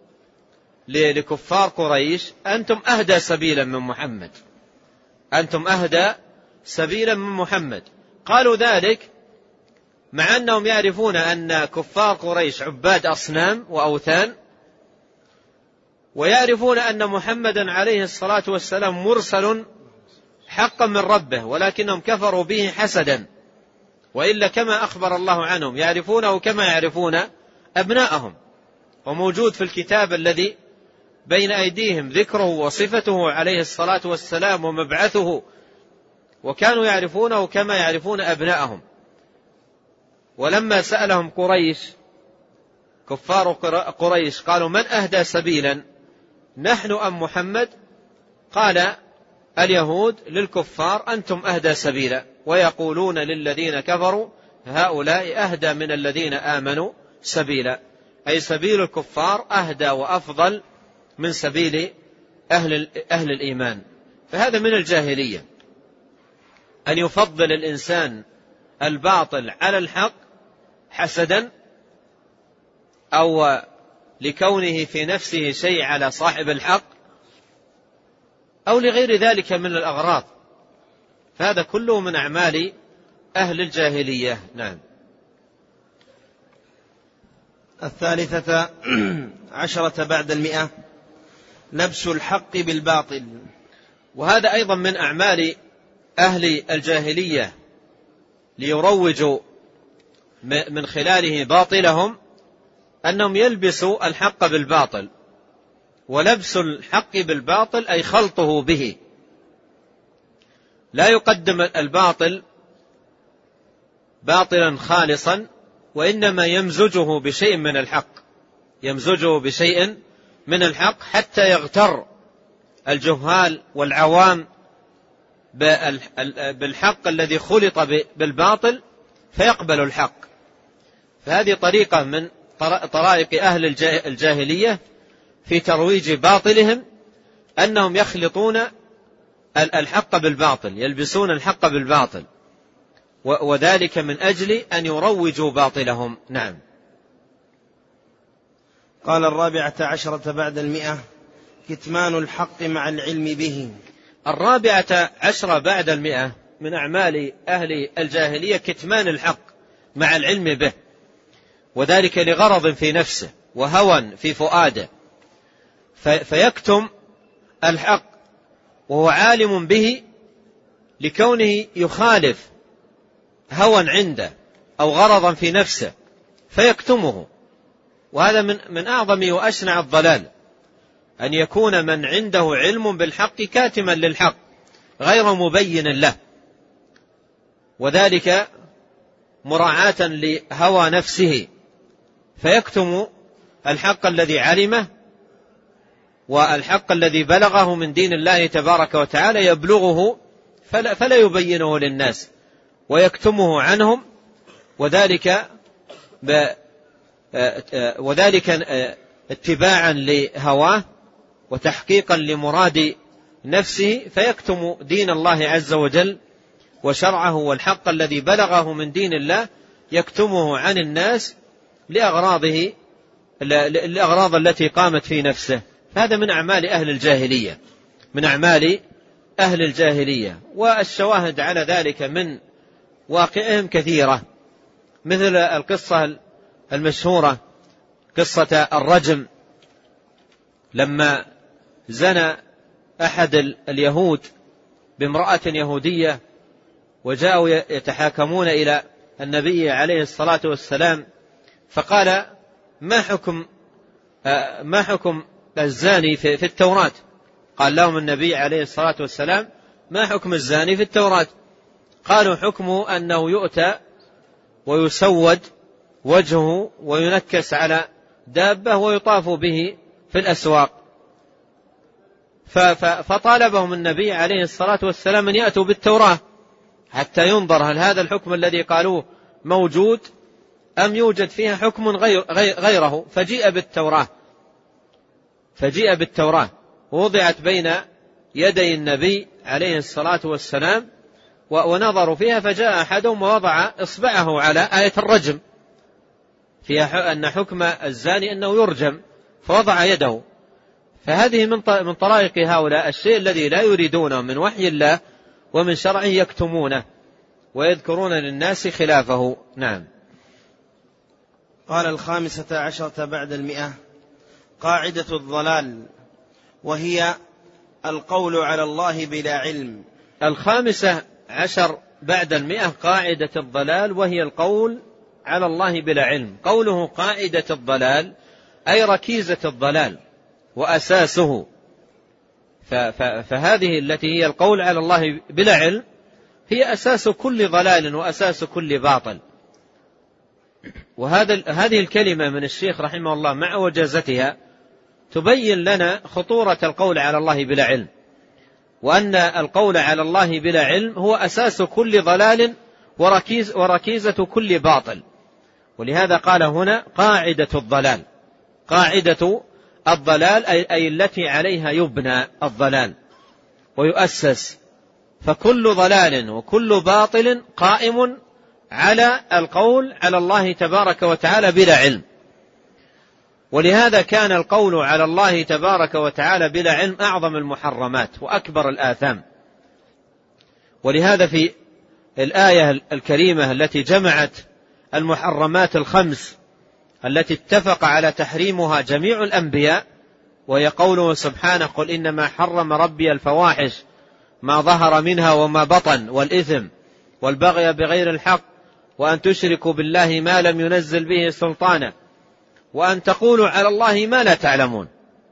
لكفار قريش: أنتم أهدى سبيلا من محمد، أنتم أهدى سبيلا من محمد. قالوا ذلك مع أنهم يعرفون أن كفار قريش عباد أصنام وأوثان، ويعرفون أن محمدا عليه الصلاة والسلام مرسل حقا من ربه، ولكنهم كفروا به حسدا، وإلا كما أخبر الله عنهم يعرفونه كما يعرفون أبناءهم. وموجود في الكتاب الذي بين أيديهم ذكره وصفته عليه الصلاة والسلام ومبعثه، وكانوا يعرفونه كما يعرفون أبناءهم. ولما سألهم قريش كفار قريش قالوا: من أهدى سبيلا، نحن أم محمد؟ قال اليهود للكفار: أنتم أهدى سبيلا. ويقولون للذين كفروا هؤلاء أهدى من الذين آمنوا سبيلا، أي سبيل الكفار أهدى وأفضل من سبيل أهل, أهل الإيمان. فهذا من الجاهلية أن يفضل الإنسان الباطل على الحق حسدا، أو لكونه في نفسه شيء على صاحب الحق، أو لغير ذلك من الأغراض. فهذا كله من أعمال أهل الجاهلية. نعم. الثالثة عشرة بعد المئة: لبس الحق بالباطل. وهذا أيضا من أعمال أهل الجاهلية ليروجوا من خلاله باطلهم، أنهم يلبسوا الحق بالباطل. ولبس الحق بالباطل أي خلطه به، لا يقدم الباطل باطلا خالصا، وإنما يمزجه بشيء من الحق، يمزجه بشيء من الحق حتى يغتر الجهال والعوام بالحق الذي خلط بالباطل فيقبل الحق. فهذه طريقة من طرائق أهل الجاهلية في ترويج باطلهم، أنهم يخلطون الحق بالباطل، يلبسون الحق بالباطل، وذلك من أجل أن يروجوا باطلهم. نعم. قال الرابعة عشرة بعد المئة: كتمان الحق مع العلم به. الرابعة عشرة بعد المئة من أعمال أهل الجاهلية كتمان الحق مع العلم به، وذلك لغرض في نفسه وهوى في فؤاده، فيكتم الحق وهو عالم به لكونه يخالف هوى عنده أو غرضا في نفسه فيكتمه. وهذا من من أعظم وأشنع الضلال، أن يكون من عنده علم بالحق كاتما للحق غير مبين له، وذلك مراعاة لهوى نفسه، فيكتم الحق الذي علمه والحق الذي بلغه من دين الله تبارك وتعالى، يبلغه فلا, فلا يبينه للناس ويكتمه عنهم، وذلك ب وذلك اتباعا لهواه وتحقيقا لمراد نفسه، فيكتم دين الله عز وجل وشرعه والحق الذي بلغه من دين الله يكتمه عن الناس لأغراضه الأغراض التي قامت في نفسه. هذا من أعمال أهل الجاهلية، من أعمال أهل الجاهلية. والشواهد على ذلك من واقعهم كثيرة، مثل القصة المشهورة قصة الرجم، لما زنى أحد اليهود بامرأة يهودية وجاءوا يتحاكمون إلى النبي عليه الصلاة والسلام، فقال ما حكم ما حكم الزاني في التوراة؟ قال لهم النبي عليه الصلاة والسلام ما حكم الزاني في التوراة؟ قالوا حكمه أنه يؤتى ويسود وجهه وينكس على دابة ويطاف به في الأسواق. فطالبهم النبي عليه الصلاة والسلام أن يأتوا بالتوراة حتى ينظر هل هذا الحكم الذي قالوه موجود أم يوجد فيها حكم غير غيره. فجيء بالتوراة فجيء بالتوراة ووضعت بين يدي النبي عليه الصلاة والسلام ونظروا فيها، فجاء أحدهم ووضع إصبعه على آية الرجم فيها أن حكم الزاني أنه يرجم، فوضع يده. فهذه من طرائق هؤلاء الشيء الذي لا يريدونه من وحي الله ومن شرعه يكتمونه ويذكرون للناس خلافه. نعم. قال الخامسة عشرة بعد المئة قاعدة الضلال، وهي القول على الله بلا علم. الخامسة عشر بعد المئة قاعدة الضلال، وهي القول على الله بلا علم. قوله قاعدة الضلال أي ركيزة الضلال وأساسه، فهذه التي هي القول على الله بلا علم هي أساس كل ضلال وأساس كل باطل. وهذا هذه الكلمة من الشيخ رحمه الله مع وجازتها تبين لنا خطورة القول على الله بلا علم، وأن القول على الله بلا علم هو أساس كل ضلال وركيز وركيزة كل باطل. ولهذا قال هنا قاعدة الضلال. قاعدة الضلال أي التي عليها يبنى الضلال ويؤسس، فكل ضلال وكل باطل قائم على القول على الله تبارك وتعالى بلا علم. ولهذا كان القول على الله تبارك وتعالى بلا علم أعظم المحرمات وأكبر الآثام. ولهذا في الآية الكريمة التي جمعت المحرمات الخمس التي اتفق على تحريمها جميع الأنبياء، وهي قوله سبحانه قل إنما حرم ربي الفواحش ما ظهر منها وما بطن والإثم والبغي بغير الحق وأن تشركوا بالله ما لم ينزل به سلطانا وأن تقولوا على الله ما لا تعلمون.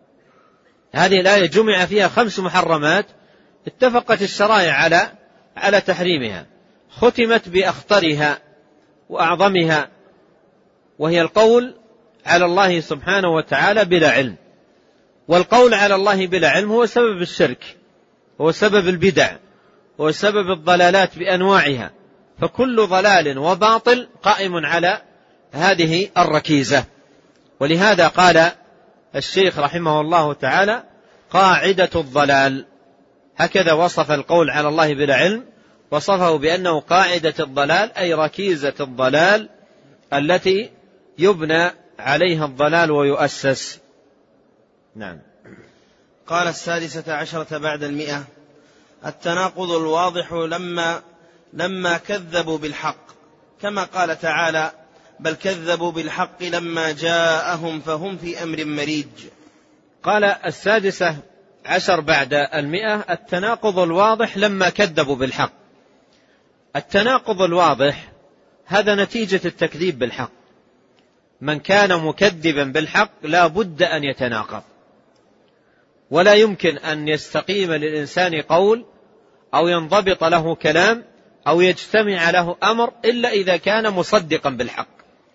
هذه الآية جمع فيها خمس محرمات اتفقت الشرائع على على تحريمها، ختمت بأخطرها وأعظمها، وهي القول على الله سبحانه وتعالى بلا علم. والقول على الله بلا علم هو سبب الشرك، هو سبب البدع، هو سبب الضلالات بأنواعها. فكل ضلال وباطل قائم على هذه الركيزة. ولهذا قال الشيخ رحمه الله تعالى قاعدة الضلال، هكذا وصف القول على الله بلا علم، وصفه بأنه قاعدة الضلال أي ركيزة الضلال التي يبنى عليها الضلال ويؤسس. نعم. قال السادسة عشرة بعد المئة التناقض الواضح لما لما كذبوا بالحق، كما قال تعالى بل كذبوا بالحق لما جاءهم فهم في أمر مريج. قال السادسة عشر بعد المئة التناقض الواضح لما كذبوا بالحق. التناقض الواضح هذا نتيجة التكذيب بالحق. من كان مكذبا بالحق لا بد أن يتناقض، ولا يمكن أن يستقيم للإنسان قول أو ينضبط له كلام أو يجتمع له أمر إلا إذا كان مصدقا بالحق.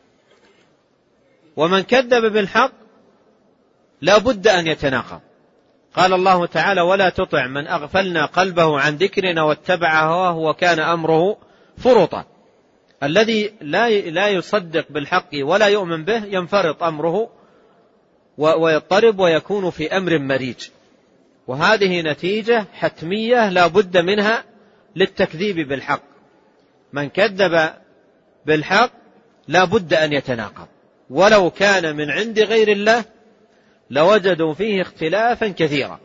ومن كذب بالحق لا بد أن يتناقض. قال الله تعالى ولا تطع من أغفلنا قلبه عن ذكرنا واتبع هواه وكان أمره فرطا. الذي لا يصدق بالحق ولا يؤمن به ينفرط أمره ويضطرب ويكون في أمر مريج. وهذه نتيجة حتمية لا بد منها للتكذيب بالحق. من كذب بالحق لا بد أن يتناقض، ولو كان من عند غير الله لوجدوا فيه اختلافا كثيرا.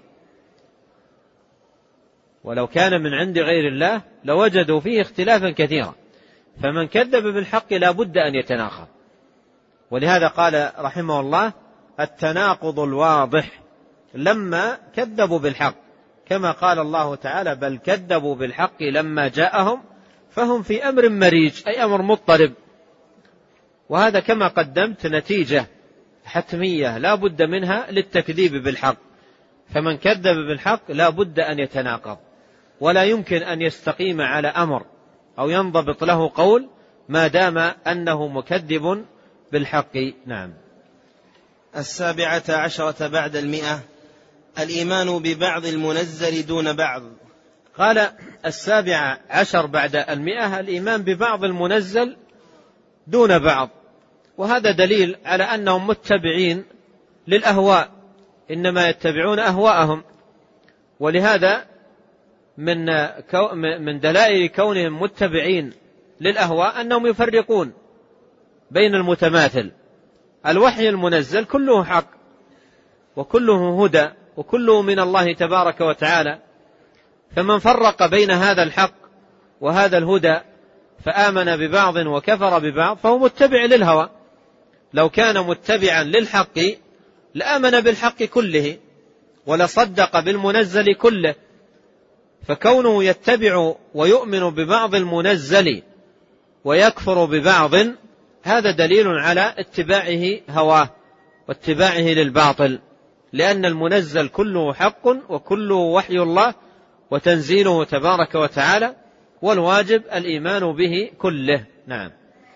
ولو كان من عند غير الله لوجدوا فيه اختلافا كثيرا. فمن كذب بالحق لا بد أن يتناقض. ولهذا قال رحمه الله التناقض الواضح لما كذبوا بالحق، كما قال الله تعالى بل كذبوا بالحق لما جاءهم فهم في أمر مريج، أي أمر مضطرب، وهذا كما قدمت نتيجة حتمية لا بد منها للتكذيب بالحق، فمن كذب بالحق لا بد أن يتناقض، ولا يمكن أن يستقيم على أمر أو ينضبط له قول ما دام أنه مكذب بالحق. نعم. السابعة عشرة بعد المئة الإيمان ببعض المنزل دون بعض. قال السابعة عشر بعد المئة الإيمان ببعض المنزل دون بعض، وهذا دليل على أنهم متبعين للأهواء، إنما يتبعون أهواءهم، ولهذا من من دلائل كونهم متبعين للأهواء أنهم يفرقون بين المتماثل. الوحي المنزل كله حق وكله هدى وكله من الله تبارك وتعالى، فمن فرق بين هذا الحق وهذا الهدى فآمن ببعض وكفر ببعض فهو متبع للهوى. لو كان متبعا للحق لآمن بالحق كله ولصدق بالمنزل كله، فكونه يتبع ويؤمن ببعض المنزل ويكفر ببعض هذا دليل على اتباعه هواه واتباعه للباطل، لأن المنزل كله حق وكله وحي الله وتنزيله تبارك وتعالى، والواجب الإيمان به كله. نعم.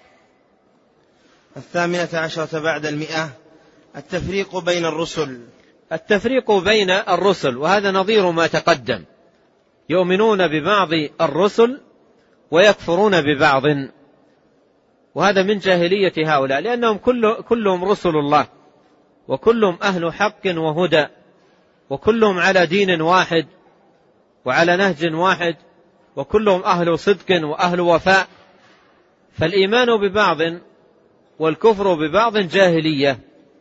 الثامنة عشرة بعد المئة التفريق بين الرسل. التفريق بين الرسل، وهذا نظير ما تقدم، يؤمنون ببعض الرسل ويكفرون ببعض، وهذا من جاهلية هؤلاء، لأنهم كل كلهم رسل الله وكلهم أهل حق وهدى وكلهم على دين واحد وعلى نهج واحد وكلهم أهل صدق وأهل وفاء، فالإيمان ببعض والكفر ببعض جاهلية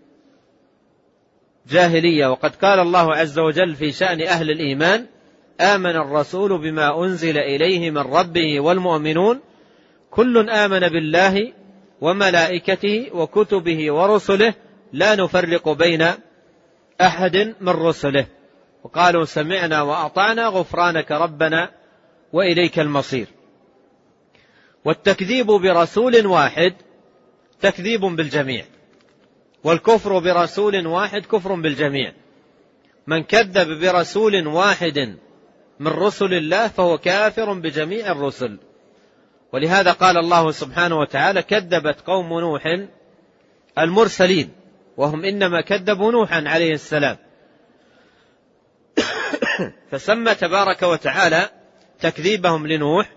جاهلية وقد قال الله عز وجل في شأن أهل الإيمان: آمن الرسول بما أنزل إليه من ربه والمؤمنون كل آمن بالله وملائكته وكتبه ورسله لا نفرق بين أحد من رسله وقالوا سمعنا وأطعنا غفرانك ربنا وإليك المصير. والتكذيب برسول واحد تكذيب بالجميع، والكفر برسول واحد كفر بالجميع. من كذب برسول واحد من رسل الله فهو كافر بجميع الرسل، ولهذا قال الله سبحانه وتعالى: كذبت قوم نوح المرسلين، وهم إنما كذبوا نوحا عليه السلام. فسمى تبارك وتعالى تكذيبهم لنوح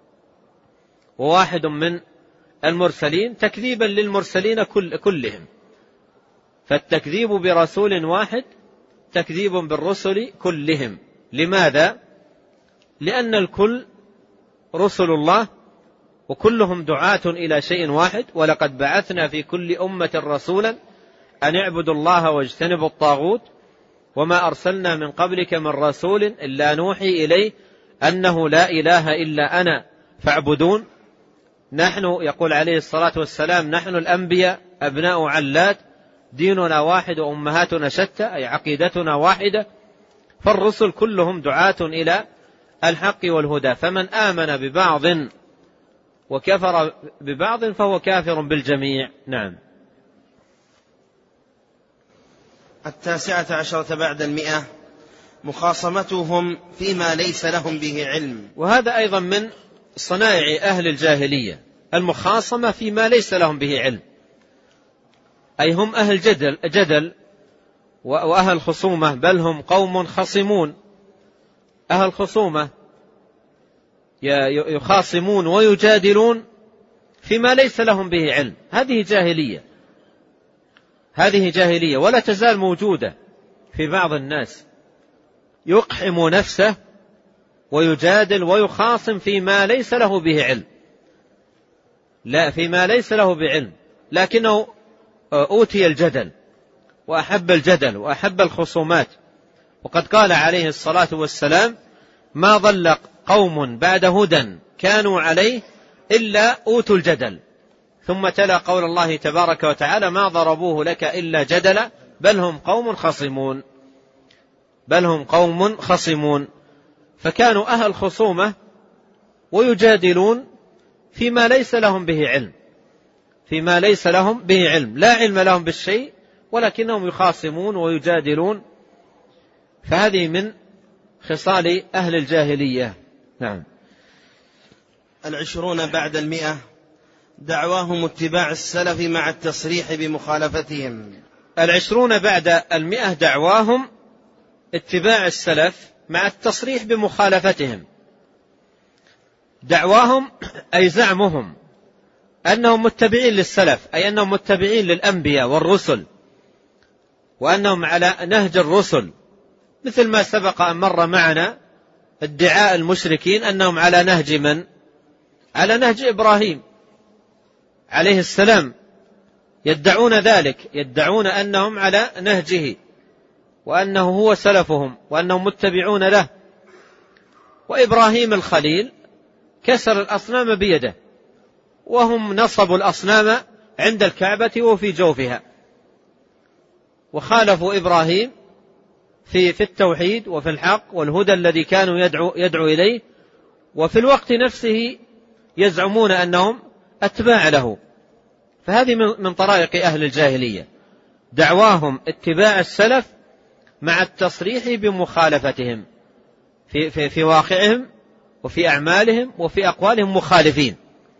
وواحد من المرسلين تكذيبا للمرسلين كل كلهم. فالتكذيب برسول واحد تكذيب بالرسل كلهم. لماذا؟ لأن الكل رسل الله وكلهم دعاة إلى شيء واحد، ولقد بعثنا في كل أمة رسولا أن اعبدوا الله واجتنبوا الطاغوت وما أرسلنا من قبلك من رسول إلا نوحي إليه أنه لا إله إلا أنا فاعبدون. نحن، يقول عليه الصلاة والسلام: نحن الأنبياء أبناء علات، ديننا واحد وأمهاتنا شتى، أي عقيدتنا واحدة. فالرسل كلهم دعاة إلى الحق والهدى، فمن آمن ببعض وكفر ببعض فهو كافر بالجميع. نعم. التاسعة عشرة بعد المئة مخاصمتهم فيما ليس لهم به علم. وهذا أيضا من صنائع أهل الجاهلية، المخاصمة فيما ليس لهم به علم، أي هم أهل جدل, جدل وأهل خصومة، بل هم قوم خصمون. أهل خصومة يخاصمون ويجادلون فيما ليس لهم به علم، هذه جاهلية، هذه جاهلية ولا تزال موجودة في بعض الناس، يقحم نفسه ويجادل ويخاصم فيما ليس له به علم، لا فيما ليس له بعلم، لكنه أوتي الجدل وأحب الجدل وأحب الخصومات. وقد قال عليه الصلاة والسلام: ما ضل قوم بعد هدى كانوا عليه إلا أوتوا الجدل. ثم تلا قول الله تبارك وتعالى: ما ضربوه لك إلا جدلا بل هم قوم خصمون، بل هم قوم خصمون. فكانوا أهل خصومة ويجادلون فيما ليس لهم به علم فيما ليس لهم به علم لا علم لهم بالشيء ولكنهم يخاصمون ويجادلون. فهذه من خصال أهل الجاهلية. نعم. العشرون بعد المئة دعواهم اتباع السلف مع التصريح بمخالفتهم. العشرون بعد المئة دعواهم اتباع السلف مع التصريح بمخالفتهم. دعواهم أي زعمهم أنهم متبعين للسلف، أي أنهم متبعين للأنبياء والرسل، وأنهم على نهج الرسل، مثل ما سبق أن مر معنا ادعاء المشركين أنهم على نهج من؟ على نهج إبراهيم عليه السلام. يدعون ذلك، يدعون أنهم على نهجه وأنه هو سلفهم وأنهم متبعون له. وإبراهيم الخليل كسر الأصنام بيده، وهم نصبوا الأصنام عند الكعبة وفي جوفها، وخالفوا إبراهيم في في التوحيد وفي الحق والهدى الذي كانوا يدعو, يدعو إليه، وفي الوقت نفسه يزعمون أنهم أتباع له. فهذه من طرائق أهل الجاهلية، دعواهم اتباع السلف مع التصريح بمخالفتهم في, في, في واقعهم وفي أعمالهم وفي أقوالهم مخالفين،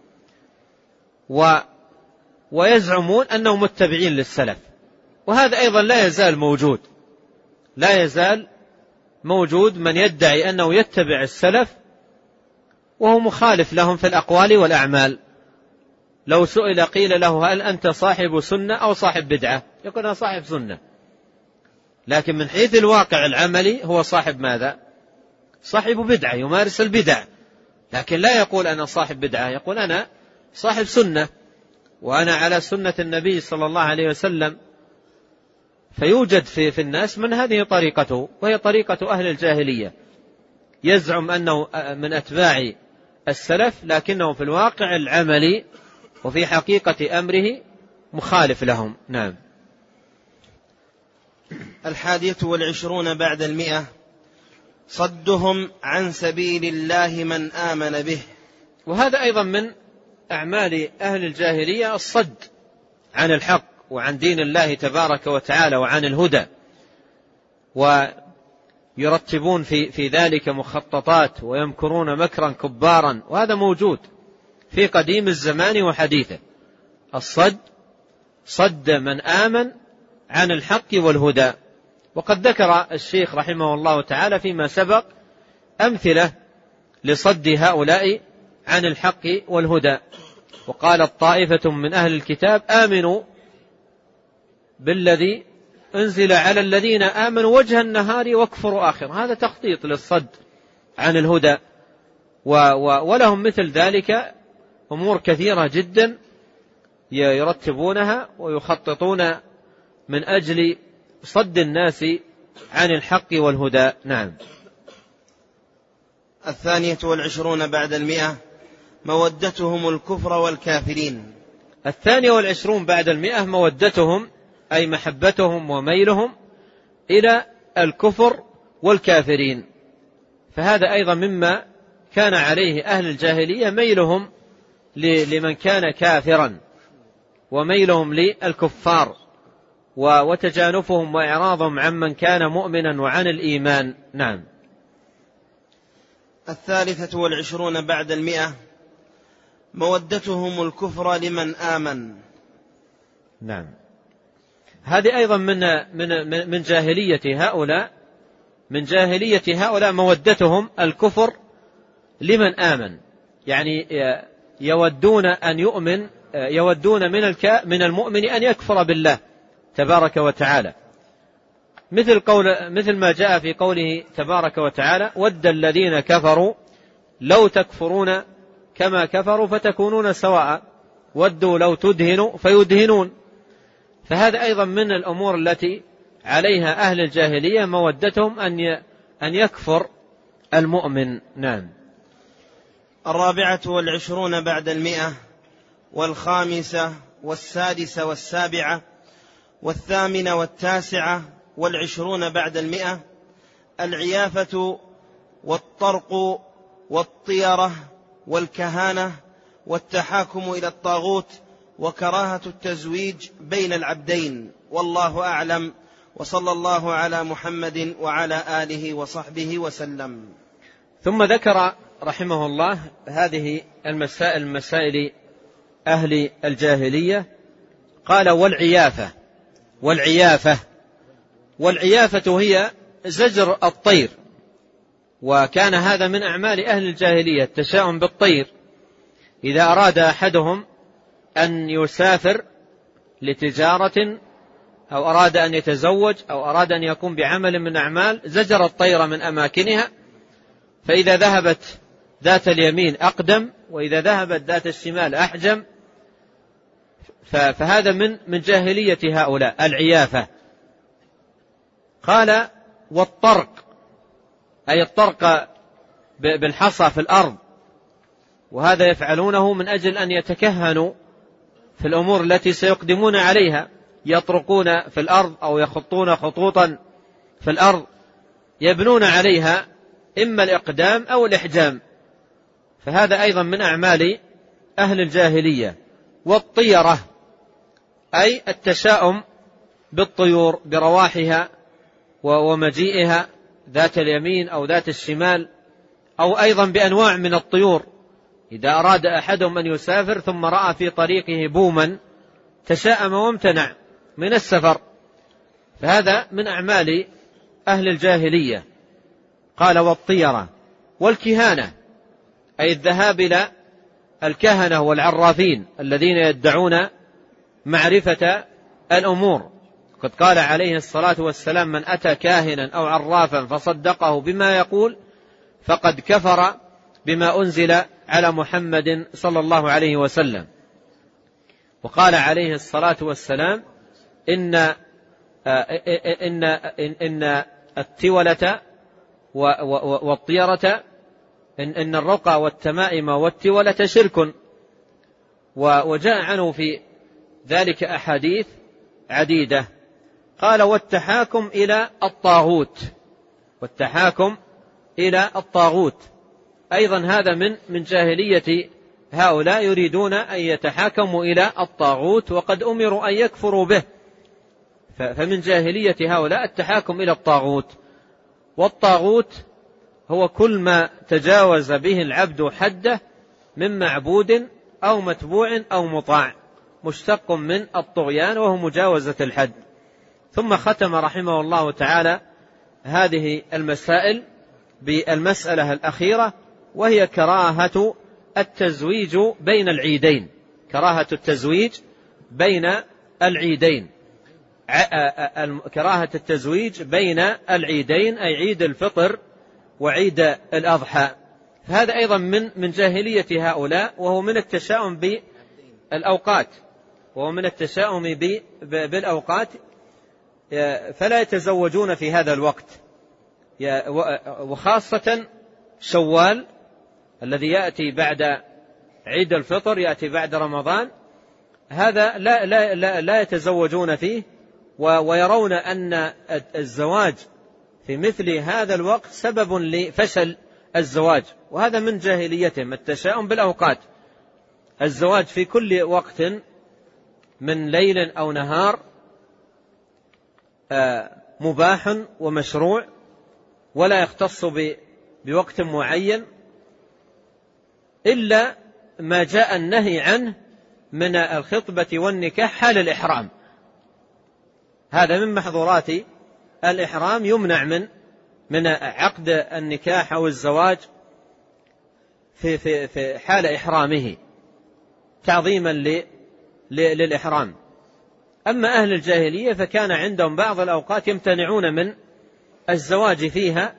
و ويزعمون أنهم متبعين للسلف. وهذا أيضا لا يزال موجود، لا يزال موجود من يدعي أنه يتبع السلف وهو مخالف لهم في الأقوال والأعمال. لو سئل قيل له هل أنت صاحب سنة أو صاحب بدعة؟ يقول أنا صاحب سنة، لكن من حيث الواقع العملي هو صاحب ماذا؟ صاحب بدعة، يمارس البدع، لكن لا يقول أنا صاحب بدعة، يقول أنا صاحب سنة وأنا على سنة النبي صلى الله عليه وسلم. فيوجد في, في الناس من هذه طريقته، وهي طريقة أهل الجاهلية، يزعم أنه من أتباع السلف لكنه في الواقع العملي وفي حقيقة أمره مخالف لهم. نعم. الحادية والعشرون بعد المئة صدهم عن سبيل الله من آمن به. وهذا أيضا من أعمال أهل الجاهلية، الصد عن الحق وعن دين الله تبارك وتعالى وعن الهدى، ويرتبون في, في ذلك مخططات ويمكرون مكرا كبارا، وهذا موجود في قديم الزمان وحديثه. الصد صد من آمن عن الحق والهدى. وقد ذكر الشيخ رحمه الله تعالى فيما سبق أمثلة لصد هؤلاء عن الحق والهدى. وقالت طائفة من أهل الكتاب آمنوا بالذي أنزل على الذين آمنوا وجه النهار واكفروا آخر. هذا تخطيط للصد عن الهدى، ولهم مثل ذلك أمور كثيرة جدا يرتبونها ويخططون من أجل صد الناس عن الحق والهدى. نعم. الثانية والعشرون بعد المئة مودتهم الكفر والكافرين. الثانية والعشرون بعد المئة مودتهم أي محبتهم وميلهم إلى الكفر والكافرين. فهذا أيضا مما كان عليه أهل الجاهلية، ميلهم لمن كان كافرا وميلهم للكفار وتجانفهم وإعراضهم عمن كان مؤمنا وعن الإيمان. نعم. الثالثة والعشرون بعد المئة مودتهم الكفر لمن آمن. نعم. هذه أيضا من من من جاهلية هؤلاء من جاهلية هؤلاء مودتهم الكفر لمن آمن، يعني يودون أن يؤمن يودون من الك من المؤمن أن يكفر بالله تبارك وتعالى، مثل قول مثل ما جاء في قوله تبارك وتعالى ود الذين كفروا لو تكفرون كما كفروا فتكونون سواء ودوا لو تدهنوا فيدهنون. فهذا أيضا من الأمور التي عليها أهل الجاهلية، مودتهم أن أن يكفر المؤمن. نعم. الرابعة والعشرون بعد المئة والخامسة والسادسة والسابعة والثامنة والتاسعة والعشرون بعد المئة العيافة والطرق والطيرة والكهانة والتحاكم إلى الطاغوت وكراهة التزويج بين العبدين، والله أعلم، وصلى الله على محمد وعلى آله وصحبه وسلم. ثم ذكر رحمه الله هذه المسائل مسائل أهل الجاهلية. قال والعيافة والعيافة والعيافة هي زجر الطير، وكان هذا من أعمال أهل الجاهلية التشاؤم بالطير. إذا أراد أحدهم أن يسافر لتجارة أو أراد أن يتزوج أو أراد أن يقوم بعمل من أعمال زجر الطير من أماكنها، فإذا ذهبت ذات اليمين أقدم وإذا ذهبت ذات الشمال أحجم. فهذا من من جاهلية هؤلاء العيافة. قال والطرق أي الطرق بالحصى في الأرض، وهذا يفعلونه من أجل أن يتكهنوا في الأمور التي سيقدمون عليها، يطرقون في الأرض أو يخطون خطوطا في الأرض يبنون عليها إما الإقدام أو الإحجام، فهذا أيضا من أعمال أهل الجاهلية. والطيرة أي التشاؤم بالطيور برواحها ومجيئها ذات اليمين أو ذات الشمال، أو أيضا بأنواع من الطيور. إذا أراد أحدهم أن يسافر ثم رأى في طريقه بوما تشاءم وامتنع من السفر، فهذا من أعمال أهل الجاهلية. قال والطيرة والكهانة أي الذهاب إلى الكهنة والعرافين الذين يدعون معرفة الأمور. قد قال عليه الصلاة والسلام من أتى كاهنا أو عرافا فصدقه بما يقول فقد كفر بما أنزل على محمد صلى الله عليه وسلم. وقال عليه الصلاة والسلام إن إن إن التولة والطيرة إن الرقى والتمائم والتولة شرك، وجاء عنه في ذلك أحاديث عديدة. قال والتحاكم إلى الطاغوت والتحاكم إلى الطاغوت أيضا هذا من من جاهلية هؤلاء، يريدون أن يتحاكموا إلى الطاغوت وقد أمروا أن يكفروا به، فمن جاهلية هؤلاء التحاكم إلى الطاغوت. والطاغوت هو كل ما تجاوز به العبد حده من معبود أو متبوع أو مطاع، مشتق من الطغيان وهو مجاوزة الحد. ثم ختم رحمه الله تعالى هذه المسائل بالمسألة الأخيرة، وهي كراهة التزويج بين العيدين. كراهة التزويج بين العيدين كراهة التزويج بين العيدين أي عيد الفطر وعيد الأضحى، فهذا أيضا من من جاهلية هؤلاء، وهو من التشاؤم بالأوقات وهو من التشاؤم بالأوقات فلا يتزوجون في هذا الوقت، وخاصة شوال الذي يأتي بعد عيد الفطر يأتي بعد رمضان، هذا لا, لا, لا, لا يتزوجون فيه، ويرون أن الزواج في مثل هذا الوقت سبب لفشل الزواج، وهذا من جاهليتهم التشاؤم بالأوقات. الزواج في كل وقت من ليل أو نهار مباح ومشروع، ولا يختص بوقت معين إلا ما جاء النهي عنه من الخطبة والنكاح حال الإحرام، هذا من محظورات الإحرام، يمنع من من عقد النكاح أو الزواج في في في حال إحرامه تعظيما للإحرام. أما أهل الجاهلية فكان عندهم بعض الأوقات يمتنعون من الزواج فيها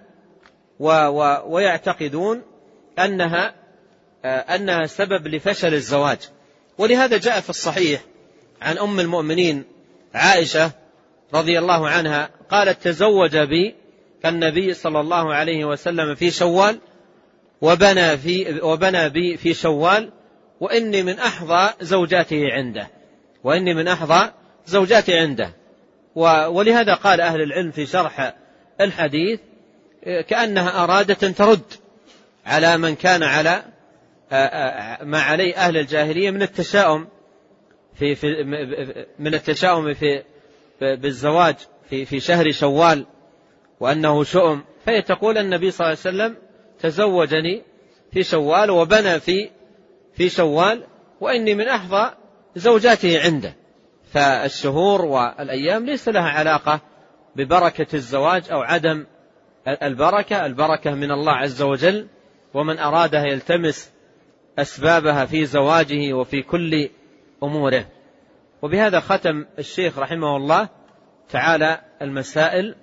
ويعتقدون أنها أنها سبب لفشل الزواج. ولهذا جاء في الصحيح عن أم المؤمنين عائشة رضي الله عنها قالت تزوج بي النبي صلى الله عليه وسلم في شوال وبنى, في وبنى بي في شوال وإني من أحظى زوجاته عنده وإني من أحظى زوجاته عنده. ولهذا قال أهل العلم في شرح الحديث كأنها أرادت أن ترد على من كان على ما عليه أهل الجاهلية من التشاؤم في في من التشاؤم في بالزواج في في شهر شوال وأنه شؤم، فهي تقول النبي صلى الله عليه وسلم تزوجني في شوال وبنى في في شوال وإني من أحظى زوجاته عنده. فالشهور والأيام ليس لها علاقة ببركة الزواج أو عدم البركة، البركة من الله عز وجل، ومن أرادها يلتمس أسبابها في زواجه وفي كل أموره. وبهذا ختم الشيخ رحمه الله تعالى المسائل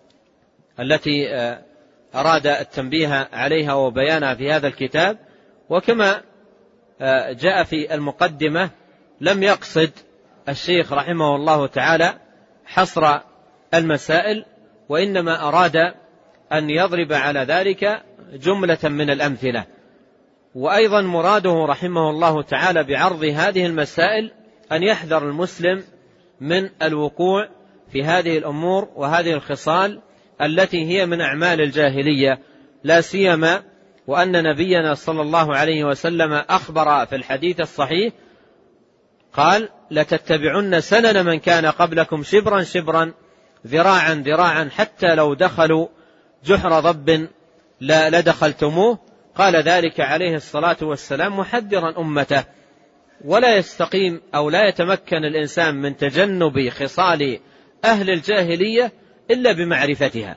التي أراد التنبيه عليها وبيانها في هذا الكتاب. وكما جاء في المقدمة لم يقصد الشيخ رحمه الله تعالى حصر المسائل، وإنما أراد أن يضرب على ذلك جملة من الأمثلة. وأيضا مراده رحمه الله تعالى بعرض هذه المسائل أن يحذر المسلم من الوقوع في هذه الأمور وهذه الخصال التي هي من أعمال الجاهلية، لا سيما وأن نبينا صلى الله عليه وسلم أخبر في الحديث الصحيح قال: لتتبعن سنن من كان قبلكم شبرا شبرا ذراعا ذراعا حتى لو دخلوا جحر ضب لدخلتموه. قال ذلك عليه الصلاة والسلام محذرا أمته. ولا يستقيم أو لا يتمكن الإنسان من تجنب خصال أهل الجاهلية إلا بمعرفتها.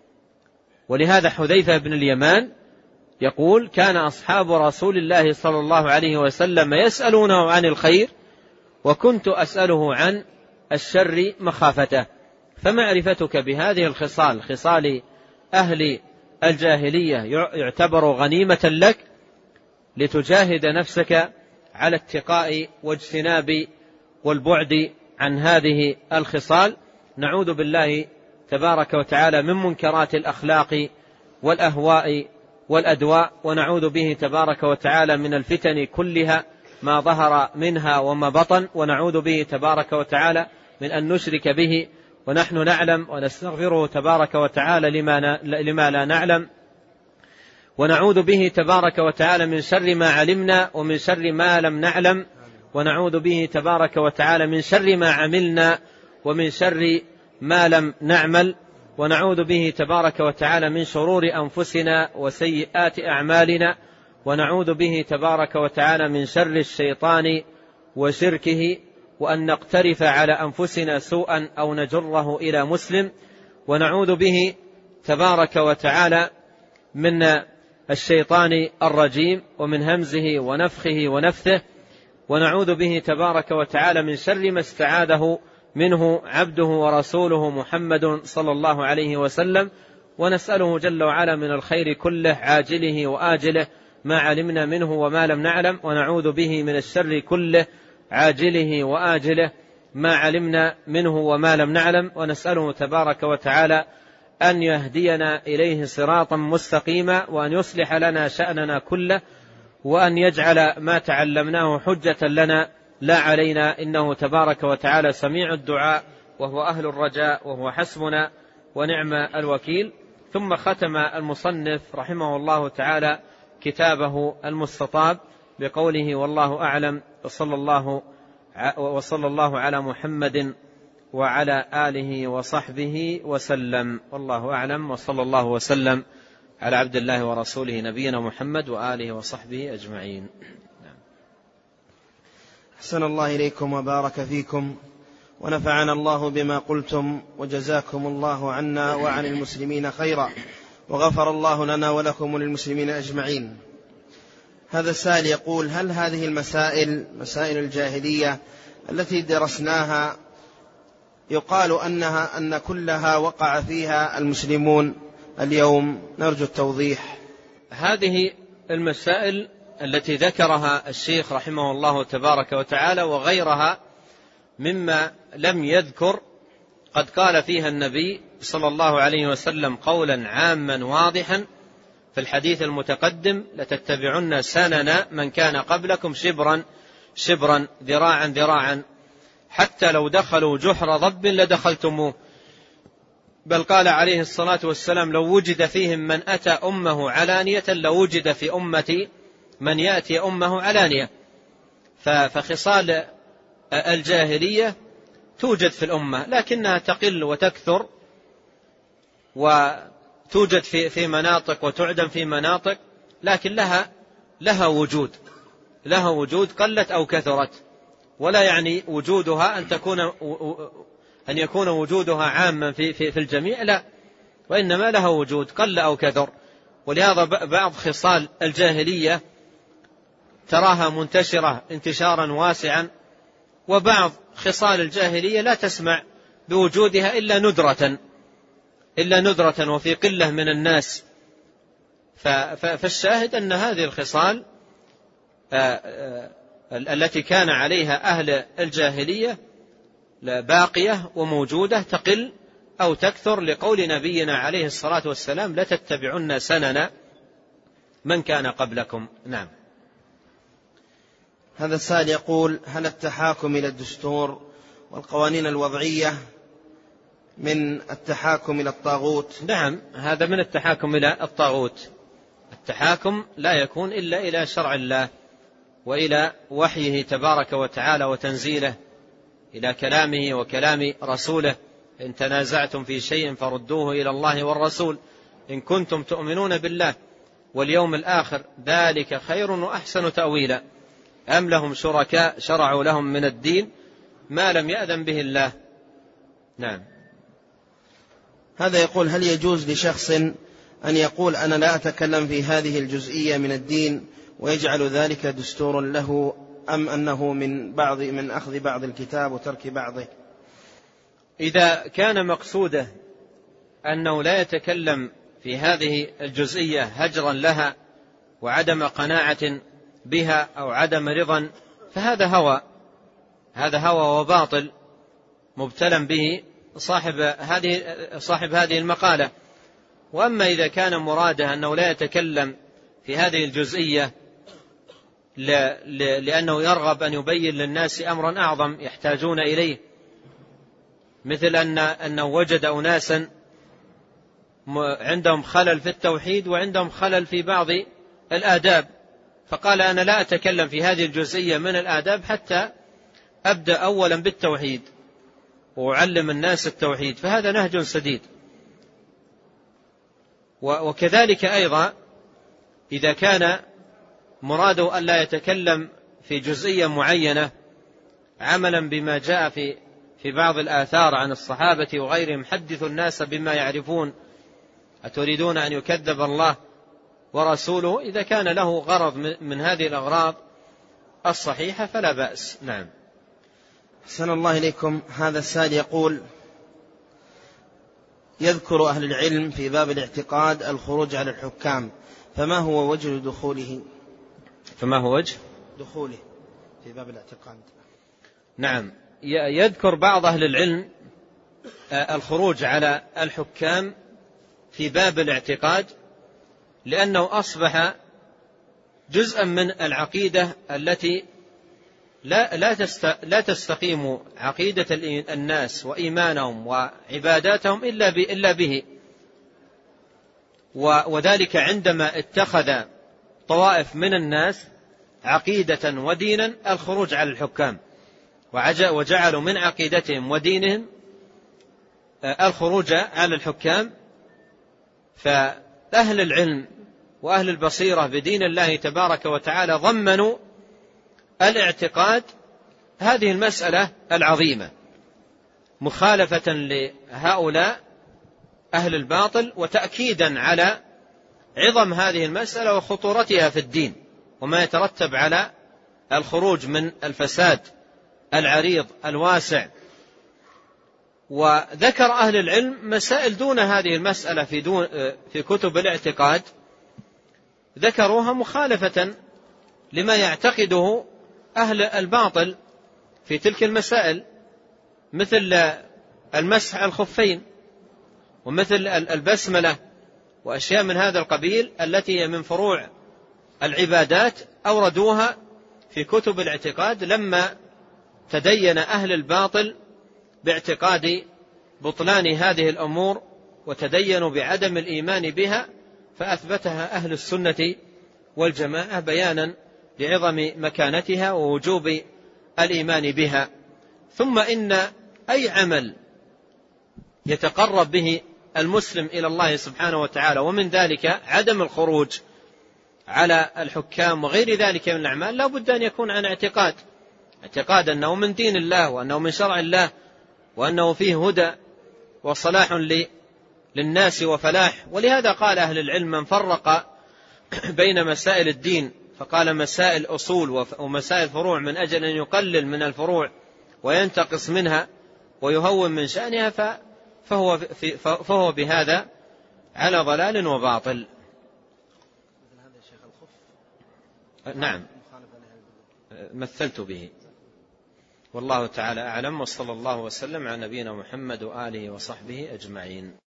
ولهذا حذيفة بن اليمان يقول: كان أصحاب رسول الله صلى الله عليه وسلم يسألونه عن الخير وكنت أسأله عن الشر مخافته. فمعرفتك بهذه الخصال، خصال أهل الجاهلية، يعتبر غنيمة لك لتجاهد نفسك على اتقاء واجتناب والبعد عن هذه الخصال. نعوذ بالله تبارك وتعالى من منكرات الأخلاق والأهواء والأدواء، ونعوذ به تبارك وتعالى من الفتن كلها ما ظهر منها وما بطن، ونعوذ به تبارك وتعالى من أن نشرك به ونحن نعلم، ونستغفره تبارك وتعالى لما, لما لا نعلم، ونعوذ به تبارك وتعالى من شر ما علمنا ومن شر ما لم نعلم، ونعوذ به تبارك وتعالى من شر ما عملنا ومن شر ما لم نعمل، ونعوذ به تبارك وتعالى من شرور أنفسنا وسيئات أعمالنا، ونعوذ به تبارك وتعالى من شر الشيطان وشركه، وأن نقترف على أنفسنا سوءا أو نجره إلى مسلم، ونعوذ به تبارك وتعالى من الشيطان الرجيم ومن همزه ونفخه ونفثه، ونعوذ به تبارك وتعالى من شر ما استعاذه منه عبده ورسوله محمد صلى الله عليه وسلم، ونسأله جل وعلا من الخير كله عاجله وآجله ما علمنا منه وما لم نعلم، ونعوذ به من الشر كله عاجله وآجله ما علمنا منه وما لم نعلم، ونسأله تبارك وتعالى أن يهدينا إليه صراطا مستقيما، وأن يصلح لنا شأننا كله، وأن يجعل ما تعلمناه حجة لنا لا علينا، إنه تبارك وتعالى سميع الدعاء وهو أهل الرجاء وهو حسبنا ونعم الوكيل. ثم ختم المصنف رحمه الله تعالى كتابه المستطاب بقوله: والله أعلم، وصلى الله, وصلى الله على محمد وعلى آله وصحبه وسلم. والله أعلم، وصلى الله وسلم على عبد الله ورسوله نبينا محمد وآله وصحبه أجمعين. أحسن الله إليكم وبارك فيكم، ونفعنا الله بما قلتم، وجزاكم الله عنا وعن المسلمين خيرا، وغفر الله لنا ولكم وللمسلمين أجمعين. هذا السائل يقول: هل هذه المسائل مسائل الجاهلية التي درسناها يقال أنها أن كلها وقع فيها المسلمون اليوم؟ نرجو التوضيح. هذه المسائل التي ذكرها الشيخ رحمه الله تبارك وتعالى وغيرها مما لم يذكر قد قال فيها النبي صلى الله عليه وسلم قولا عاما واضحا في الحديث المتقدم: لتتبعن سنن من كان قبلكم شبرا شبرا ذراعا ذراعا حتى لو دخلوا جحر ضب لدخلتموه. بل قال عليه الصلاة والسلام: لو وجد فيهم من أتى أمه علانية لوجد في أمتي من يأتي أمه علانية. فخصال الجاهلية توجد في الأمة، لكنها تقل وتكثر، وتوجد في في مناطق وتعدم في مناطق، لكن لها لها وجود لها وجود قلت أو كثرت. ولا يعني وجودها أن تكون أن يكون وجودها عاما في في في الجميع، لا، وإنما لها وجود قل أو كثر. ولهذا بعض خصال الجاهلية تراها منتشرة انتشارا واسعا، وبعض خصال الجاهلية لا تسمع بوجودها إلا ندرة إلا ندرة وفي قلة من الناس. فالشاهد أن هذه الخصال التي كان عليها أهل الجاهلية باقية وموجودة، تقل أو تكثر، لقول نبينا عليه الصلاة والسلام: لتتبعن سنن من كان قبلكم. نعم. هذا السائل يقول: هل التحاكم إلى الدستور والقوانين الوضعية من التحاكم إلى الطاغوت؟ نعم، هذا من التحاكم إلى الطاغوت. التحاكم لا يكون إلا إلى شرع الله وإلى وحيه تبارك وتعالى وتنزيله، إلى كلامه وكلام رسوله. إن تنازعتم في شيء فردوه إلى الله والرسول إن كنتم تؤمنون بالله واليوم الآخر ذلك خير وأحسن تأويلا أم لهم شركاء شرعوا لهم من الدين ما لم يأذن به الله. نعم. هذا يقول: هل يجوز لشخص أن يقول أنا لا أتكلم في هذه الجزئية من الدين ويجعل ذلك دستور له، أم أنه من بعض من أخذ بعض الكتاب وترك بعضه؟ إذا كان مقصوده أنه لا يتكلم في هذه الجزئية هجرا لها وعدم قناعة بها أو عدم رضا، فهذا هوى هذا هوى وباطل مبتلى به صاحب هذه صاحب هذه المقالة. وأما إذا كان مراده أنه لا يتكلم في هذه الجزئية لأنه يرغب أن يبين للناس أمرا أعظم يحتاجون إليه، مثل أن أنه وجد أناسا عندهم خلل في التوحيد وعندهم خلل في بعض الآداب، فقال أنا لا أتكلم في هذه الجزئية من الآداب حتى أبدأ أولا بالتوحيد وأعلم الناس التوحيد، فهذا نهج سديد. وكذلك أيضا إذا كان مراده أن لا يتكلم في جزئية معينة عملا بما جاء في في بعض الآثار عن الصحابة وغيرهم: حدثوا الناس بما يعرفون أتريدون أن يكذب الله ورسوله. إذا كان له غرض من هذه الأغراض الصحيحة فلا بأس. نعم. أحسن الله إليكم. هذا السائل يقول: يذكر أهل العلم في باب الاعتقاد الخروج على الحكام، فما هو وجه دخوله فما هو وجه دخوله في باب الاعتقاد؟ نعم، يذكر بعض أهل العلم الخروج على الحكام في باب الاعتقاد لأنه أصبح جزءا من العقيدة التي لا لا لا تستقيم عقيدة الناس وإيمانهم وعباداتهم إلا إلا به. وذلك عندما اتخذ طوائف من الناس عقيدة ودينا الخروج على الحكام، وجعلوا من عقيدتهم ودينهم الخروج على الحكام. فأهل العلم وأهل البصيرة بدين الله تبارك وتعالى ضمنوا الاعتقاد هذه المسألة العظيمة مخالفة لهؤلاء أهل الباطل، وتأكيدا على عظم هذه المسألة وخطورتها في الدين وما يترتب على الخروج من الفساد العريض الواسع. وذكر أهل العلم مسائل دون هذه المسألة في, دون في كتب الاعتقاد، ذكروها مخالفة لما يعتقده أهل الباطل في تلك المسائل، مثل المسح على الخفين ومثل البسملة وأشياء من هذا القبيل التي هي من فروع العبادات، أوردوها في كتب الاعتقاد لما تدين أهل الباطل باعتقاد بطلان هذه الأمور وتدينوا بعدم الإيمان بها، فأثبتها أهل السنة والجماعة بيانا لعظم مكانتها ووجوب الإيمان بها. ثم إن أي عمل يتقرب به المسلم إلى الله سبحانه وتعالى، ومن ذلك عدم الخروج على الحكام وغير ذلك من الأعمال، لا بد أن يكون عن اعتقاد اعتقاد أنه من دين الله وأنه من شرع الله وأنه فيه هدى وصلاح للناس وفلاح. ولهذا قال أهل العلم: من فرق بين مسائل الدين فقال مسائل أصول ومسائل فروع من أجل أن يقلل من الفروع وينتقص منها ويهون من شأنها فهو, فهو بهذا على ضلال وباطل. نعم، مثلت به. والله تعالى أعلم، وصلى الله وسلم على نبينا محمد وآله وصحبه أجمعين.